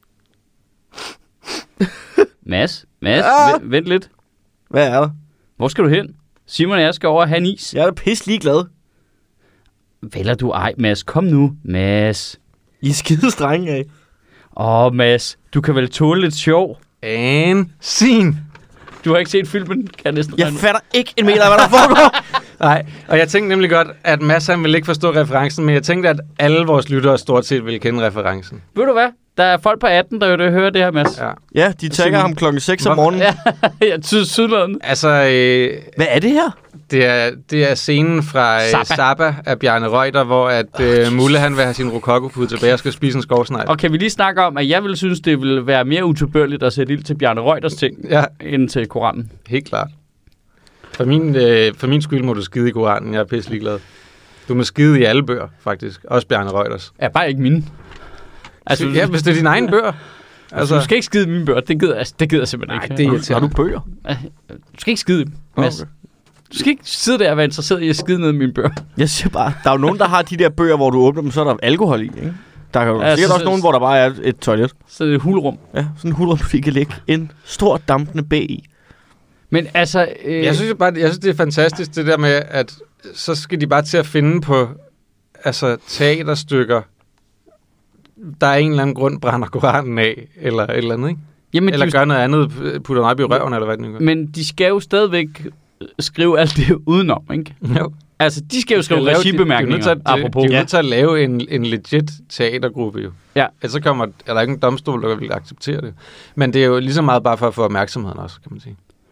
Mads, vent lidt.
Hvad er der?
Hvor skal du hen? Simon og jeg skal over og have en is.
Jeg er da pisse ligeglad.
Vælger du ej, Mads? Kom nu, Mads.
I er skide strenge af.
Mads, du kan vel tåle lidt sjov?
Scene.
Du har ikke set filmen, kan jeg næsten
Jeg fatter ikke en meter af, hvad der foregår.
Nej, og jeg tænkte nemlig godt, at Mads han ville ikke forstå referencen, men jeg tænkte, at alle vores lyttere stort set ville kende referencen.
Ved du hvad? Der er folk på 18, der vil høre det her, Mads.
Ja, de tagger ham klokken 6 om morgenen.
Ja, Sydlanden.
Altså...
hvad er det her?
Det er scenen fra Zappa af Bjarne Reuter, hvor at Mulle han vil have sin rokokkopude tilbage og skal spise en skovsnegl.
Og kan vi lige snakke om, at jeg ville synes, det ville være mere utilbørligt at sætte ild til Bjarne Reuters ting, end til Koranen?
Helt klart. For min skyld må du skide i Koranen, jeg er pisse ligeglad. Du må skide i alle bøger, faktisk. Også Bjarne Reuters.
Ja, bare ikke mine.
Altså, ja, hvis det er dine egne bøger.
Altså, du skal ikke skide i mine bøger, det gider jeg simpelthen ikke.
Har du bøger?
Du skal ikke skide i dem, Mads. Okay. Du skal ikke sidde der og være interesseret i at skide ned i mine bøger. Jeg
siger bare, der er jo nogen, der har de der bøger, hvor du åbner dem, så er der alkohol i, ikke? Der er jo sikkert også nogen, hvor der bare er et toilet.
Så det er et hulrum.
Ja, sådan en hulrum, du kan lægge en stor dampende bæ i.
Men altså...
Jeg synes det er fantastisk, det der med, at så skal de bare til at finde på teaterstykker, der er en eller anden grund brænder Koranen af, eller et eller andet, ikke? Jamen, eller gør noget andet, putter den op i røven, eller hvad det nu gør.
Men de skal jo stadigvæk skrive alt det udenom, ikke?
Jo.
Altså, de skal jo skrive regibemærkninger, apropos.
De er nødt til at lave en legit teatergruppe, jo.
Ja.
Ellers så er der ikke en domstol, der vil acceptere det. Men det er jo lige så meget bare for at få opmærksomheden også, kan man sige.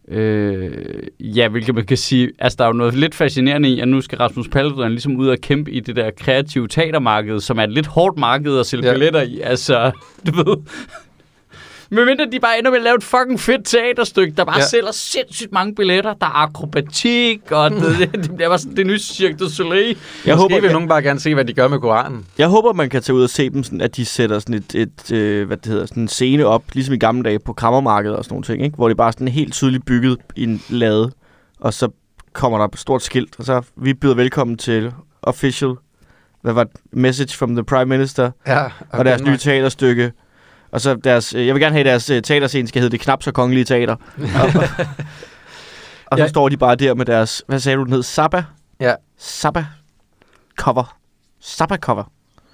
Ja, hvilket man kan sige, altså der er jo noget lidt fascinerende i, at nu skal Rasmus Paludan ligesom ud og kæmpe i det der kreative teatermarked, som er et lidt hårdt marked at sælge billetter i, altså, du ved. Men mindre de bare ender med at lave et fucking fedt teaterstykke, der bare sælger sindssygt mange billetter, der er akrobatik, og det bliver bare sådan det nye Cirque du Soleil.
Jeg håber, vil nogen bare gerne se, hvad de gør med Koranen.
Jeg håber, man kan tage ud og se dem, sådan, at de sætter sådan sådan en scene op, ligesom i gamle dage på Krammermarkedet og sådan nogle ting, ikke? Hvor det bare sådan helt tydeligt bygget i en lade, og så kommer der et stort skilt, og så vi byder velkommen til official, message from the Prime Minister, og deres nye teaterstykke. Og så jeg vil gerne have, deres teaterscene skal hedde Det Knap Så Kongelige Teater. Og så står de bare der med deres, hvad sagde du, den hed? Zappa?
Ja.
Zappa cover. Zappa cover.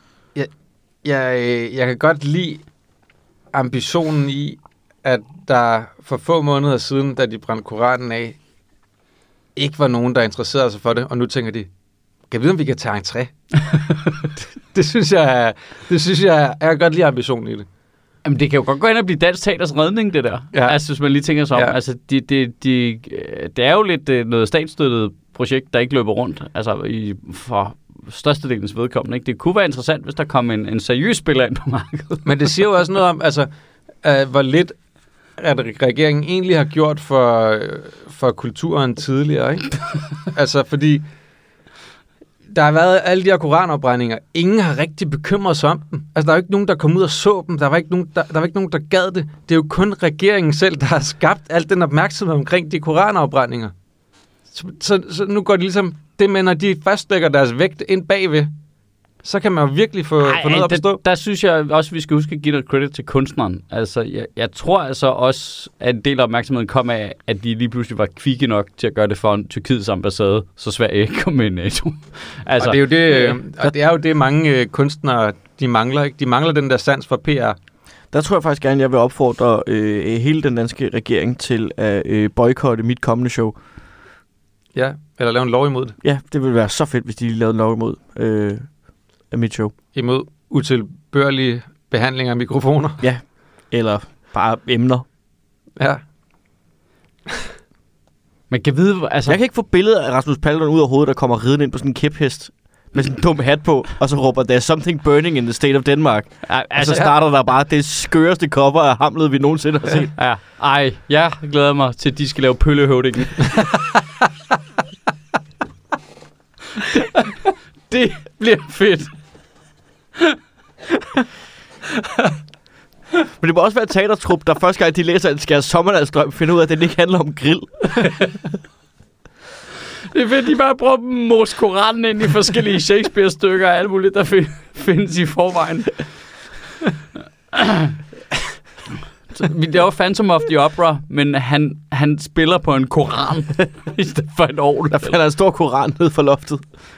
Jeg kan godt lide ambitionen i, at der for få måneder siden, da de brændte Koranen af, ikke var nogen, der interesserede sig for det, og nu tænker de, kan jeg vide, om vi kan tage entré? det synes jeg kan godt lide ambitionen i det.
Jamen, det kan jo godt gå hen og blive dansk teaters redning, det der. Ja. Altså, hvis man lige tænker sig om. Ja. Altså, det er jo lidt noget statsstøttet projekt, der ikke løber rundt. Altså, for størstedelens vedkommende. Ikke? Det kunne være interessant, hvis der kom en seriøs spiller ind på markedet.
Men det siger jo også noget om, altså, hvor lidt at regeringen egentlig har gjort for kulturen tidligere. Ikke? Altså, fordi der har været alle de her koranopbrændinger. Ingen har rigtig bekymret sig om dem. Altså, der er jo ikke nogen, der kom ud og så dem. Der var ikke nogen, der gad det. Det er jo kun regeringen selv, der har skabt al den opmærksomhed omkring de koranopbrændinger. Så nu går det ligesom, det med, når de fastlægger deres vægt ind bagved, så kan man jo virkelig få noget at forstå.
Der synes jeg også, vi skal huske at give noget credit til kunstneren. Altså, jeg tror altså også, at en del af opmærksomheden kom af, at de lige pludselig var kvikke nok til at gøre det for Tyrkiets ambassade, så Sverige ikke kom med i NATO. Altså,
og det er jo det, mange kunstnere, de mangler. Ikke? De mangler den der sans for PR.
Der tror jeg faktisk gerne, jeg vil opfordre hele den danske regering til at boykotte mit kommende show.
Ja, eller lave en lov imod det.
Ja, det ville være så fedt, hvis de lavede en lov imod af mit show.
Imod utilbørlige behandling af mikrofoner?
Ja, eller bare emner.
Ja.
Man kan vide, altså...
Jeg kan ikke få billedet af Rasmus Paludan ud af hovedet, der kommer ridende ind på sådan en kæphest med sådan en dum hat på, og så råber, there's something burning in the state of Denmark. Og så starter der bare det skøreste cover af Hamlet, vi nogensinde har set.
Ja. Ej, jeg glæder mig til, at de skal lave pøllehøvdingen. Det bliver fedt.
Men det må også være et teatertrup, der første gang de læser en Skærs Sommerdagsdrøm, finder ud af, at det ikke handler om grill.
Det er fedt, de bare prøver at mose Koranen ind i forskellige Shakespeare-stykker og alt muligt, der findes i forvejen. Det er jo Phantom of the Opera, men han spiller på en koran i stedet for en orgel.
Der falder en stor koran ned fra loftet.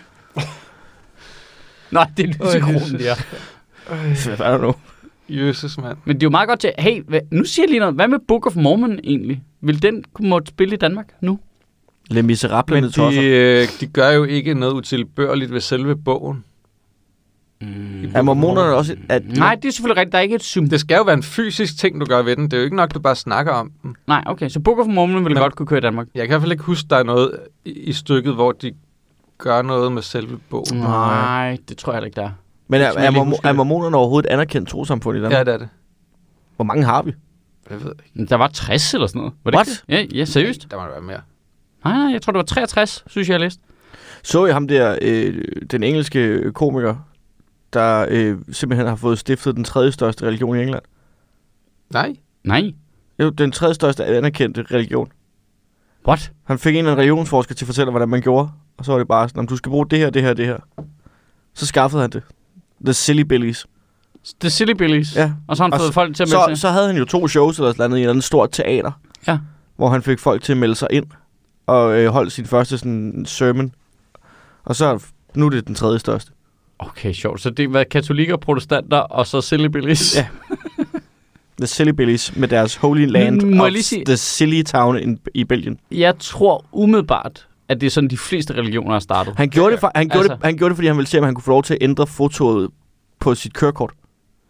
Nej, det er lysekronen, ja.
Hvad er der nu?
Jesus, mand.
Men det er jo meget godt til... Hey, nu siger jeg lige noget. Hvad med Book of Mormon egentlig? Vil den kunne spille i Danmark nu?
Les Misérables.
Men de gør jo ikke noget utilbørligt ved selve bogen.
Er mormonerne også...
Nej, det er selvfølgelig rigtigt. Der er ikke et symbol.
Det skal jo være en fysisk ting, du gør ved den. Det er jo ikke nok, du bare snakker om den.
Nej, okay. Så Book of Mormon ville godt kunne køre i Danmark.
Jeg kan i hvert fald ikke huske, der er noget i stykket, hvor de gør noget med selve bogen.
Nej, det tror jeg ikke, der er.
Men er mormonerne overhovedet et anerkendt trossamfund i Danmark?
Ja, det er det.
Hvor mange har vi?
Jeg ved ikke.
Der var 60 eller sådan noget. Var det
What?
Ja, seriøst.
Der må være mere.
Nej, jeg tror, det var 63, synes jeg læste.
Så jeg ham der, den engelske komiker, der simpelthen har fået stiftet den tredje største religion i England?
Nej.
Jo, den tredje største anerkendte religion.
What?
Han fik en eller anden religionsforsker til at fortælle, hvordan man gjorde. Og så var det bare sådan, om du skal bruge det her, det her, det her. Så skaffede han det. The Silly Billies.
The Silly Billies?
Ja.
Og så har han fået folk til at melde sig?
Så havde han jo 2 shows eller sådan noget i et eller andet stort teater.
Ja.
Hvor han fik folk til at melde sig ind. Og holdt sin første sådan sermon. Og så, nu er det den tredje største.
Okay, sjovt. Så det var katolikker, protestanter og så Silly Billies?
Ja. The Silly Billies med deres Holy Land of the Silly Town i Belgien.
Jeg tror umiddelbart, at det er sådan, de fleste religioner har startet.
Han gjorde det, fordi han ville se, om han kunne få lov til at ændre fotoet på sit kørekort.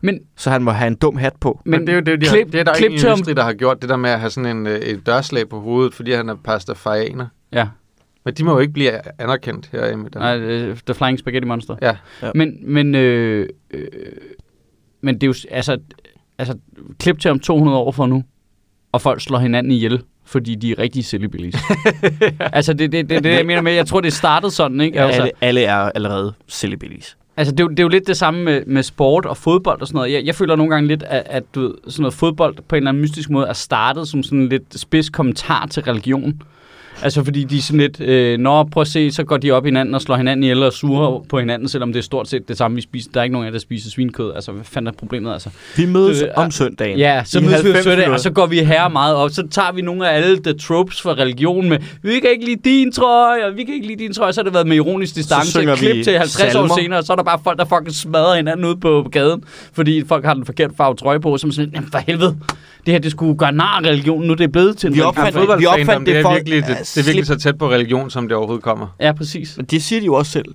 så han må have en dum hat på.
Men det er jo det, det er der ingen i Østrig, der har gjort, det der med at have sådan et dørslag på hovedet, fordi han er pastafarianer.
Ja.
Men de må jo ikke blive anerkendt herhjemme.
Nej, The Flying Spaghetti Monster.
Ja.
Men det er jo, altså klip til om 200 år fra nu, og folk slår hinanden ihjel, fordi de er rigtig sillybillies. Altså, det jeg mener med, jeg tror, det startede sådan, ikke? Altså,
alle er allerede sillybillies.
Altså, det er jo lidt det samme med sport og fodbold og sådan noget. Jeg føler nogle gange lidt, at du ved, sådan noget fodbold på en eller anden mystisk måde er startet som sådan lidt spids kommentar til religion. Altså, fordi de er sådan lidt, prøv at se, så går de op i hinanden og slår hinanden ihjel og suger på hinanden, selvom det er stort set det samme, vi spiser. Der er ikke nogen af jer, der spiser svinkød. Altså, hvad fanden er problemet, altså?
Vi mødes om søndagen.
Ja, så mødes vi om søndagen, og så går vi her meget op. Så tager vi nogle af alle the tropes fra religion med, vi kan ikke lide din trøje, og vi kan ikke lide din trøje. Så har det været med ironisk distance. Klip til 50 år senere, og så er der bare folk, der fucking smadrer hinanden ude på gaden, fordi folk har den forkerte farve trøje på, som sådan, jamen for helvede. Det her, det skulle gøre nar af religionen, nu det er blevet til en
fodboldfan.
Det er virkelig så tæt på religion, som det overhovedet kommer.
Ja, præcis.
Men det siger de jo også selv.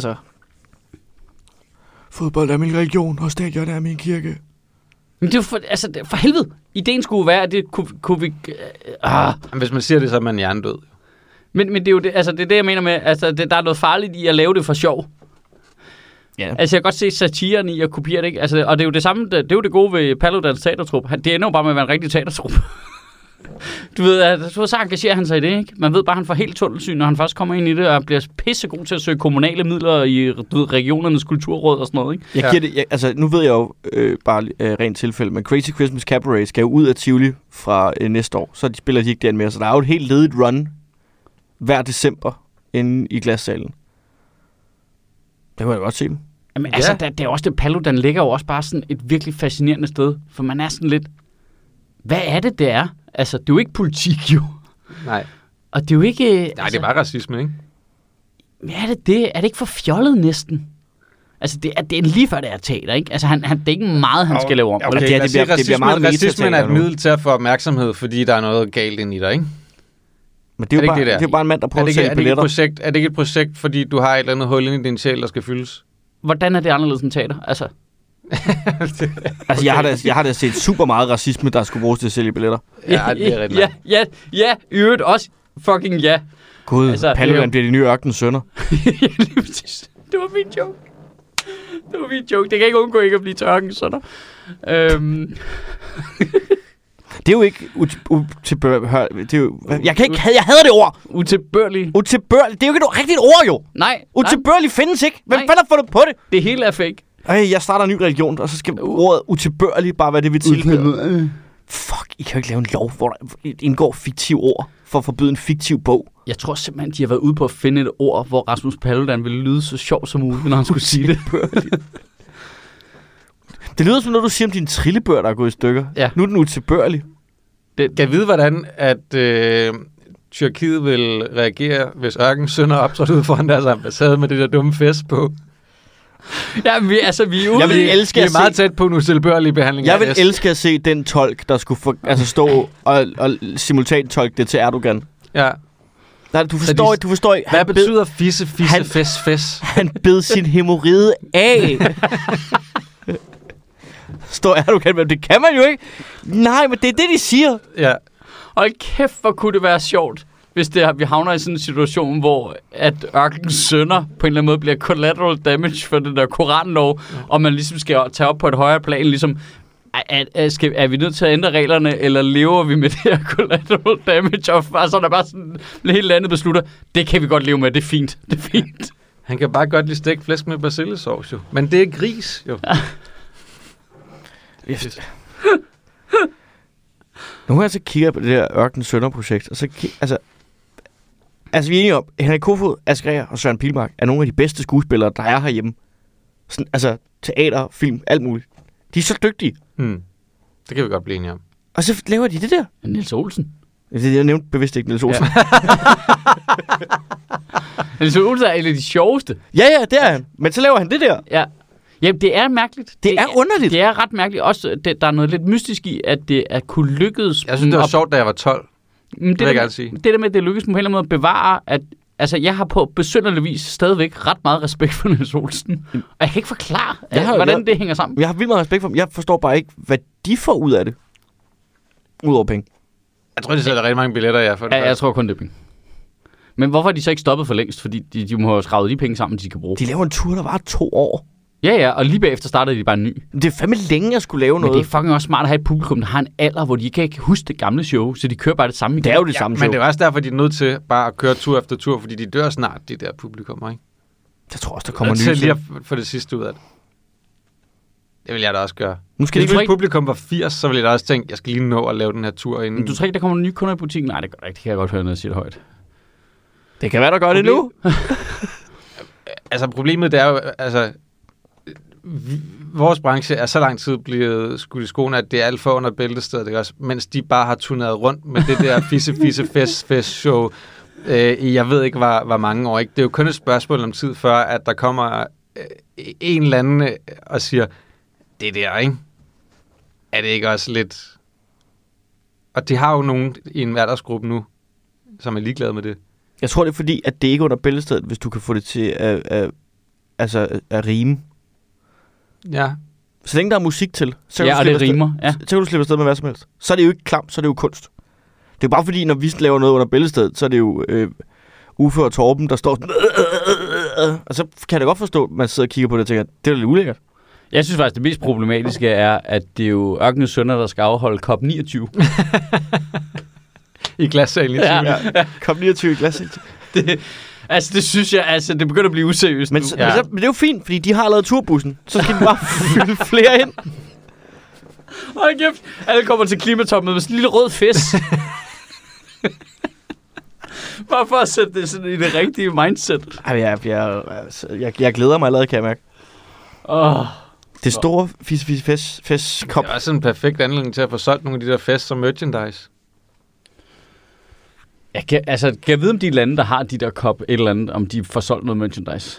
Fodbold er min religion, og stadion er min kirke.
Men det er jo for helvede. Ideen skulle være, at det kunne vi...
Hvis man siger det, så er man hjernedød.
Men det er jo det, altså, det er det, jeg mener med, altså, der er noget farligt i at lave det for sjov.
Ja.
Altså, jeg kan godt se satiren i at kopiere det, ikke? Altså, og det er jo det samme, det er jo det gode ved Paludans teatertrup. Det ender jo bare med at være en rigtig teatertrup. Du ved, så engagerer han sig i det, ikke? Man ved bare, at han får helt tunnelsyn, når han først kommer ind i det, og bliver pissegod til at søge kommunale midler i regionernes kulturråd og sådan noget, ikke?
Jeg giver det, nu ved jeg jo bare rent tilfælde, men Crazy Christmas Cabaret skal jo ud af Tivoli fra næste år, så spiller de ikke den mere. Så der er jo et helt ledigt run hver december inde i glassalen. Der kan jeg godt se dem.
Jamen, altså, det er også det, Paludan ligger jo også bare sådan et virkelig fascinerende sted, for man er sådan lidt, hvad er det er? Altså, det er jo ikke politik, jo.
Nej.
Og det er jo ikke...
Nej, det er bare racisme, ikke?
Er det? Er det ikke for fjollet næsten? Altså, det er lige før, det er teater, ikke? Altså, det er ikke meget, han skal lave om.
Okay, det bliver meget racismen er et middel til at få opmærksomhed, fordi der er noget galt ind i dig, ikke?
Men det er jo bare en mand, der prøver at sælge billetter.
Er det ikke et projekt, fordi du har et eller andet hul inde i din sjæl, der skal fyldes?
Hvordan er det anderledes end teater? Altså,
altså jeg har da set super meget racisme, der skulle bruges til at sælge billetter.
Ja, det er rigtigt.
Ja, i øvrigt også fucking ja.
Gud, altså, Paludan bliver de nye ørkenens sønner.
Det var min joke. Det kan ikke undgå ikke at blive til ørkenens sønner.
Det er jo ikke utilbørligt. Jeg hader det ord.
Utilbørligt.
Utilbørligt. Det er jo ikke et rigtigt ord, jo.
Nej.
Utilbørligt findes ikke. Hvem fanden har fundet på det?
Det hele er fake.
Jeg starter en ny religion, og så skal ordet utilbørligt bare være det, vi tilhører. Fuck, I kan jo ikke lave en lov, hvor der indgår fiktive ord for at forbyde en fiktiv bog.
Jeg tror simpelthen, de har været ude på at finde et ord, hvor Rasmus Paludan ville lyde så sjov som muligt, når han skulle sige det.
Det lyder som noget, du siger om din trillebør, der er gået i stykker.
Ja.
Nu er den utilbørlig.
Kan jeg vide, hvordan at Tyrkiet vil reagere, hvis ørkenens sønner optrådte ude foran deres ambassade med det der dumme fest på?
Ja, vi er ude.
Jeg vil elske vi er meget tæt på en utilbørlig behandling.
Jeg vil elske at se den tolk, der skulle stå og simultant tolke det til Erdogan.
Ja.
Nej, du forstår ikke.
Hvad betyder fis?
Han bed sin hæmoride af. Står Erdogan med, det kan man jo ikke. Nej, men det er det, de siger.
Ja.
Og kæft, hvor kunne det være sjovt, hvis vi havner i sådan en situation, hvor at ørkenens sønner på en eller anden måde bliver collateral damage for den der koranlov, og man ligesom skal tage op på et højere plan, ligesom, er vi nødt til at ændre reglerne, eller lever vi med det her collateral damage? Og så der bare sådan helt landet beslutter, det kan vi godt leve med, det er fint.
Han kan bare godt lide stegt flæsk med persillesauce, jo. Men det er gris, jo. Ja.
Nu har jeg så kigget på det der Ørkenens Sønner-projekt, og så altså vi er enige om, Henrik Kofod, Asger Ager og Søren Pilmark er nogle af de bedste skuespillere, der er herhjemme. Sådan, altså teater, film, alt muligt. De er så dygtige.
Det kan vi godt blive enige om.
Og så laver de det der.
Niels Olsen.
Jeg nævnte bevidst ikke Niels Olsen. Ja.
Niels Olsen er en af de sjoveste.
Ja, det er han. Men så laver han det der.
Ja. Jamen, det er mærkeligt.
Det er underligt.
Det er ret mærkeligt. Også, der er noget lidt mystisk i, at det er kunne lykkes...
Jeg synes, det var sjovt, da jeg var 12. Det vil jeg gerne sige.
Det der med, at det lykkedes på en eller anden måde at bevare, Altså, jeg har på besynderligvis stadigvæk ret meget respekt for Niels Olsen. Og jeg kan ikke forklare, hvordan det hænger sammen.
Jeg har vildt meget respekt for dem. Jeg forstår bare ikke, hvad de får ud af det. Udover penge.
Jeg tror, de sælger rigtig mange billetter, ja.
Ja, jeg tror kun det er penge. Men hvorfor er de så ikke stoppet for længst? Fordi de må have skravet de penge sammen, de kan bruge.
De laver en tur, der var 2 år.
Ja, og lige bagefter startede de bare en ny.
Det er fandme længe, jeg skulle lave noget.
Men det er fucking også smart at have et publikum, der har en alder, hvor de ikke kan huske det gamle show, så de kører bare det samme igen.
Det er jo det samme show.
Men det er også derfor, de er nødt til bare at køre tur efter tur, fordi de dør snart, de der publikummer, ikke?
Jeg tror også, der kommer nye
til. Lige at få det sidste ud af det. Det vil jeg da også gøre.
Nu skal
hvis publikum var 80, så ville jeg da også tænke, jeg skal lige nå at lave den her tur inden.
Men du tror ikke, der kommer nye kunder i butikken? Nej, det gør ikke. Det kan jeg godt høre, når jeg siger det højt.
Det kan være, der gør det nu.
Altså, problemet det er jo, altså, vores branche er så lang tid blevet skudt i skoene, at det er alt for under bæltestedet, ikke også? Mens de bare har turneret rundt med det der fisse show jeg ved ikke, hvor mange år, ikke? Det er jo kun et spørgsmål om tid, før at der kommer en eller anden og siger, det der, ikke? Er det ikke også lidt... Og de har jo nogen i en aldersgruppe nu, som er ligeglade med det. Jeg
tror, det er fordi, at det ikke er under bæltestedet, hvis du kan få det til at rime.
Ja.
Så længe der er musik til, så
kan, det rimer. Ja.
Så kan du slippe afsted med hvad som helst. Så er det jo ikke klamt, så er det jo kunst. Det er jo bare fordi, når vi laver noget under bæltestedet, så er det jo Uffe og Torben, der står og så kan jeg da godt forstå, at man sidder og kigger på det og tænker, det er lidt ulækkert.
Jeg synes faktisk, det mest problematiske er, at det er jo Ørkenens Sønner, der skal afholde COP29.
I glassalen i 20.
Ja. COP29 i glassalen.
Det synes jeg, det begynder at blive useriøst
men,
nu.
Men det er jo fint, fordi de har lavet turbussen. Så skal de bare fylde flere ind.
Hold kæft, alle kommer til klimatoppet med sådan en lille rød fisk. Bare for at sætte det sådan i det rigtige mindset.
Jeg glæder mig allerede, kan jeg mærke. Det store fest-kop.
Det er også en perfekt anledning til at få solgt nogle af de der fest som merchandise.
Kan jeg vide, om de lande, der har de der kop et eller andet, om de får solgt noget merchandise?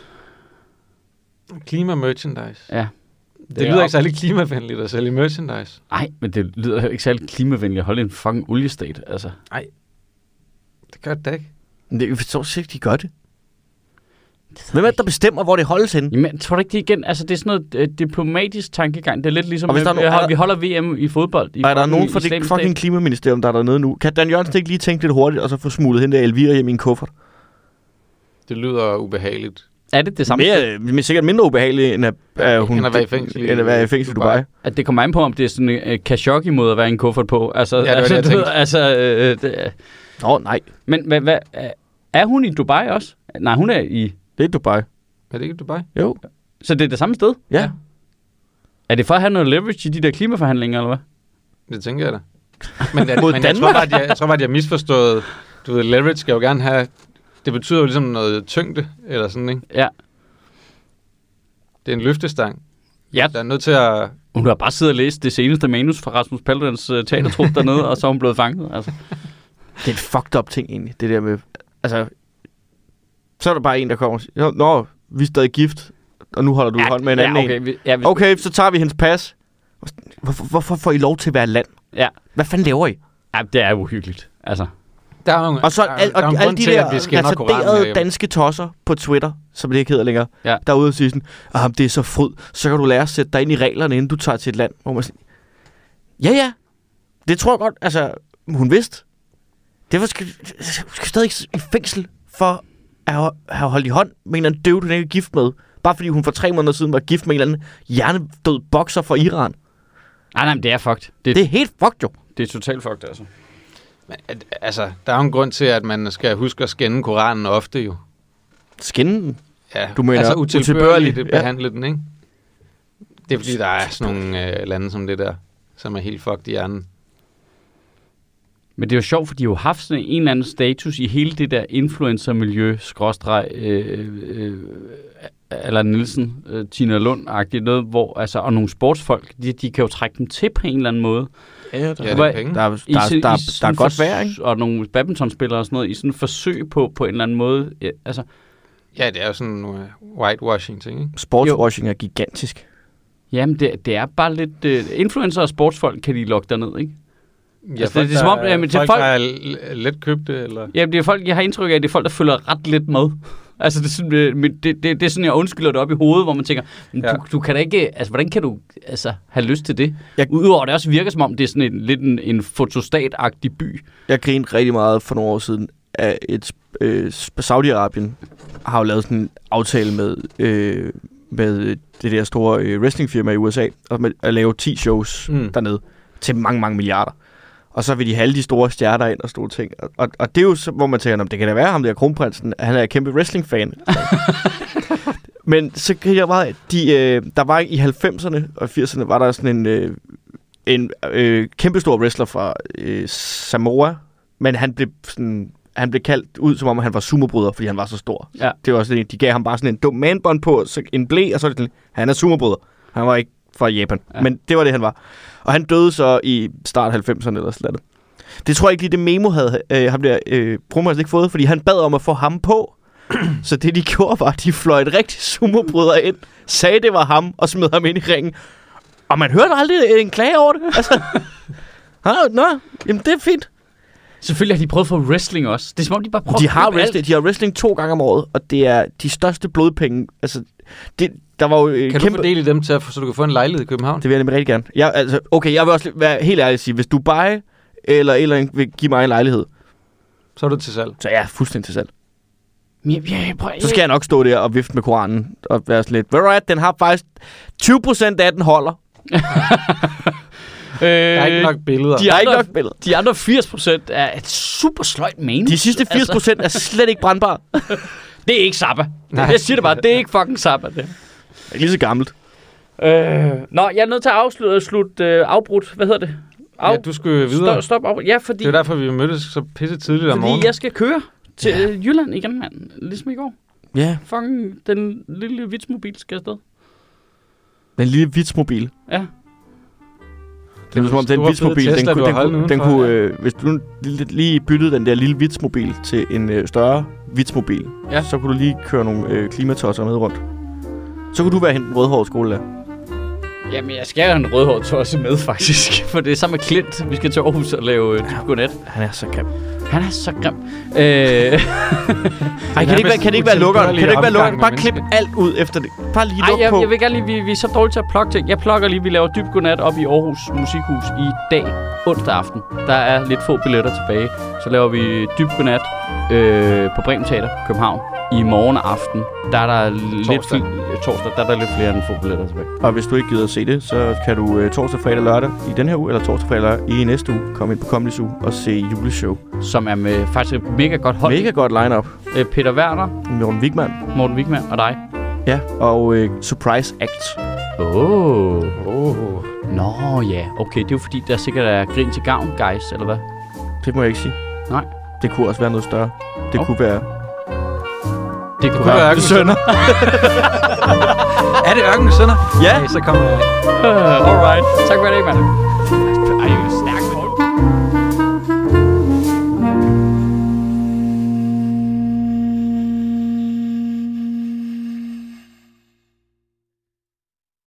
Klima-merchandise?
Ja.
Det lyder ikke særlig klimavenligt at sælge merchandise.
Nej, men det lyder ikke særlig klimavenligt at holde en fucking oliestat, altså.
Nej, det gør det da ikke.
Jeg forstår ikke, de gør det. Hvem er det, der bestemmer, hvor det holdes henne?
Jamen, tror du ikke det igen? Altså, det er sådan noget diplomatisk tankegang. Det er lidt ligesom, vi holder VM i fodbold.
Er der nogen fra det fucking klimaministerium, der er dernede nu? Kan Dan Jørgensen ikke lige tænke lidt hurtigt, og så få smuglet hende der Elvira hjem i en kuffert?
Det lyder ubehageligt.
Er det samme?
Men sikkert mindre ubehageligt, end at hun...
End at
være i fængsel i Dubai.
At det kommer an på, om det er sådan en Khashoggi-måde at være i en kuffert på. Altså,
ja, det var det,
nej.
Men hvad, er hun i Dubai også? Nej, hun er i...
Det er Dubai.
Er det ikke Dubai?
Jo.
Så det er det samme sted?
Ja.
Er det for at have noget leverage i de der klimaforhandlinger, eller hvad?
Det tænker jeg da. Men jeg tror bare, de har misforstået... Du ved, leverage skal jo gerne have... Det betyder jo ligesom noget tyngde, eller sådan, ikke?
Ja.
Det er en løftestang.
Ja.
Der er nødt til at...
Hun har bare siddet og læst det seneste manus fra Rasmus Paludans teatertrup dernede, og så er hun blevet fanget, altså.
Det er en fucked up ting, egentlig. Det der med... Altså... Så er der bare en, der kommer og siger, nå, vi er stadig gift, og nu holder du hånd med en anden en. Okay, så tager vi hendes pas. Hvorfor får I lov til at være land?
Ja.
Hvad fanden laver I?
Ja, det er uhyggeligt, altså.
Der er og så alle de der retarderede danske tosser på Twitter, som det ikke hedder længere, derude og siger sådan, det er så fryd, så kan du lære at sætte dig ind i reglerne, inden du tager til et land. Hvor man siger, ja, det tror jeg godt, altså, hun vidste. Derfor skal stadig i fængsel for at have holdt i hånd med en eller anden døv, hun ikke er gift med. Bare fordi hun for 3 måneder siden var gift med en eller anden hjernedød bokser fra Iran.
Nej, men det er fucked.
Det er helt fucked, jo.
Det er totalt fucked, altså.
Men, altså, der er jo en grund til, at man skal huske at skænde Koranen ofte, jo.
Skænde den?
Ja,
du mener
altså utilbørligt behandle den, ikke? Det er fordi, der er sådan nogle lande som det der, som er helt fucked i hjernen.
Men det er jo sjovt, for de har jo haft sådan en eller anden status i hele det der influencer-miljø, eller Nielsen, Tina Lund-agtigt noget, hvor, altså, og nogle sportsfolk, de kan jo trække dem til på en eller anden måde.
Ja, der er penge.
Der er godt værd, ikke?
Og nogle badmintonspillere og sådan noget, i sådan et forsøg på en eller anden måde. Ja, altså.
Ja, det er jo sådan nogle whitewashing-ting, ikke?
Sportswashing er gigantisk.
Jamen, det er bare lidt... influencer og sportsfolk kan de lokke derned, ikke?
Ja,
Altså, det er som om, jamen,
folk,
folk
der er let købte, eller...
Jamen, det er folk, jeg har indtryk af, at det er folk, der følger ret lidt med. Altså, det er sådan, det er sådan, jeg undskylder det op i hovedet, hvor man tænker, du kan da ikke, altså, hvordan kan du have lyst til det? Udover det også virker, som om det er sådan lidt en fotostat-agtig by.
Jeg grinede rigtig meget for nogle år siden af Saudi-Arabien har jo lavet sådan en aftale med det der store wrestlingfirma i USA, at lave 10 shows dernede til mange, mange milliarder. Og så vil de have alle de store stjerner ind og store ting. Og det er jo så, hvor man tænker, det kan da være ham der kronprinsen, han er kæmpe wrestling-fan. Men så kan jeg bare, der var i 90'erne og 80'erne, var der sådan en kæmpestor wrestler fra Samoa, men han blev kaldt ud, som om han var sumobryder, fordi han var så stor.
Ja.
Det var også det, de gav ham bare sådan en dum manbånd på, så en blæ, og så var det sådan, han er sumobryder. Han var ikke fra Japan, men det var det, han var. Og han døde så i start 90'erne eller sådan noget. Det tror jeg ikke lige, det memo havde ham der Brummer ikke fået, fordi han bad om at få ham på. Så det, de gjorde, var, at de fløj et rigtig sumobryder ind, sagde, det var ham, og smed ham ind i ringen. Og man hørte aldrig en klage over det. Altså, jamen det er fint.
Selvfølgelig har de prøvet at få wrestling også. Det er som om, de bare prøver
de har wrestling 2 gange om året, og det er de største blodpenge. Altså, der var jo
kan du fordele dem til, så du kan få en lejlighed i København?
Det vil jeg nemlig rigtig gerne. Jeg vil også være helt ærlig at sige, hvis du bare eller andet vil give mig en lejlighed,
så er du til salg.
Så er jeg fuldstændig til salg. Så skal jeg nok stå der og vifte med Koranen og være sådan lidt, ved du hvad, den har faktisk 20% af den holder.
Der er ikke nok billeder.
De andre 80% er et super sløjt manus.
De sidste 80% er slet ikke brandbare.
Det er ikke Zappa. Jeg siger det bare, det er ikke fucking Zappa. Det
er lige så gammelt.
Nå, jeg er nødt til at afbrudt. Hvad hedder det?
Ja, du skal videre.
Stop afbrudt. Ja, fordi...
Det er derfor, vi mødtes så pisse tidligt om morgenen.
Fordi jeg skal køre til Jylland igen, mand. Ligesom i går.
Ja.
Fucking den lille vitsmobil skal afsted.
Den lille vitsmobil?
Ja.
Det er som om den vitsmobil, den kunne hvis du lige byttede den der lille vitsmobil til en større vitsmobil, så kunne du lige køre nogle klimatosser med rundt. Så kunne du være en rødhåret skolelærer.
Jamen, jeg skal have en rødhåret tosse med, faktisk. For det er sammen med Klint. Vi skal til Aarhus og lave godnat.
Han er så grim.
Han er så grim.
Ej, kan det ikke være lukkeren? Kan det ikke være lukkeren? Bare klip alt ud efter det. Bare lige luk på.
Jeg vil gerne lige, vi er så dårlige til at plukke ting. Jeg plukker lige, vi laver dyb godnat op i Aarhus Musikhus i dag, onsdag aften. Der er lidt få billetter tilbage. Så laver vi dyb godnat på Bremen Teater, København. I morgen aften, der er der torsdag, der er der lidt flere end få billetter tilbage.
Og hvis du ikke gider at se det, så kan du torsdag, fredag, lørdag i den her uge, eller torsdag, fredag, i næste uge, komme ind på Comedy Zoo og se juleshow.
Som er med faktisk et mega godt hold.
Mega godt line-up.
Peter Werner. Morten Wigman og dig.
Ja, og Surprise Act.
Nå ja, okay, det er jo fordi, der sikkert er grin til gavn, guys, eller hvad?
Det må jeg ikke sige.
Nej.
Det kunne også være noget større. Det kunne være...
Det kunne være Ørkensønner. Er det Ørkensønner?
Ja.
Okay, så kommer jeg.
Alright. Tak for det, mand.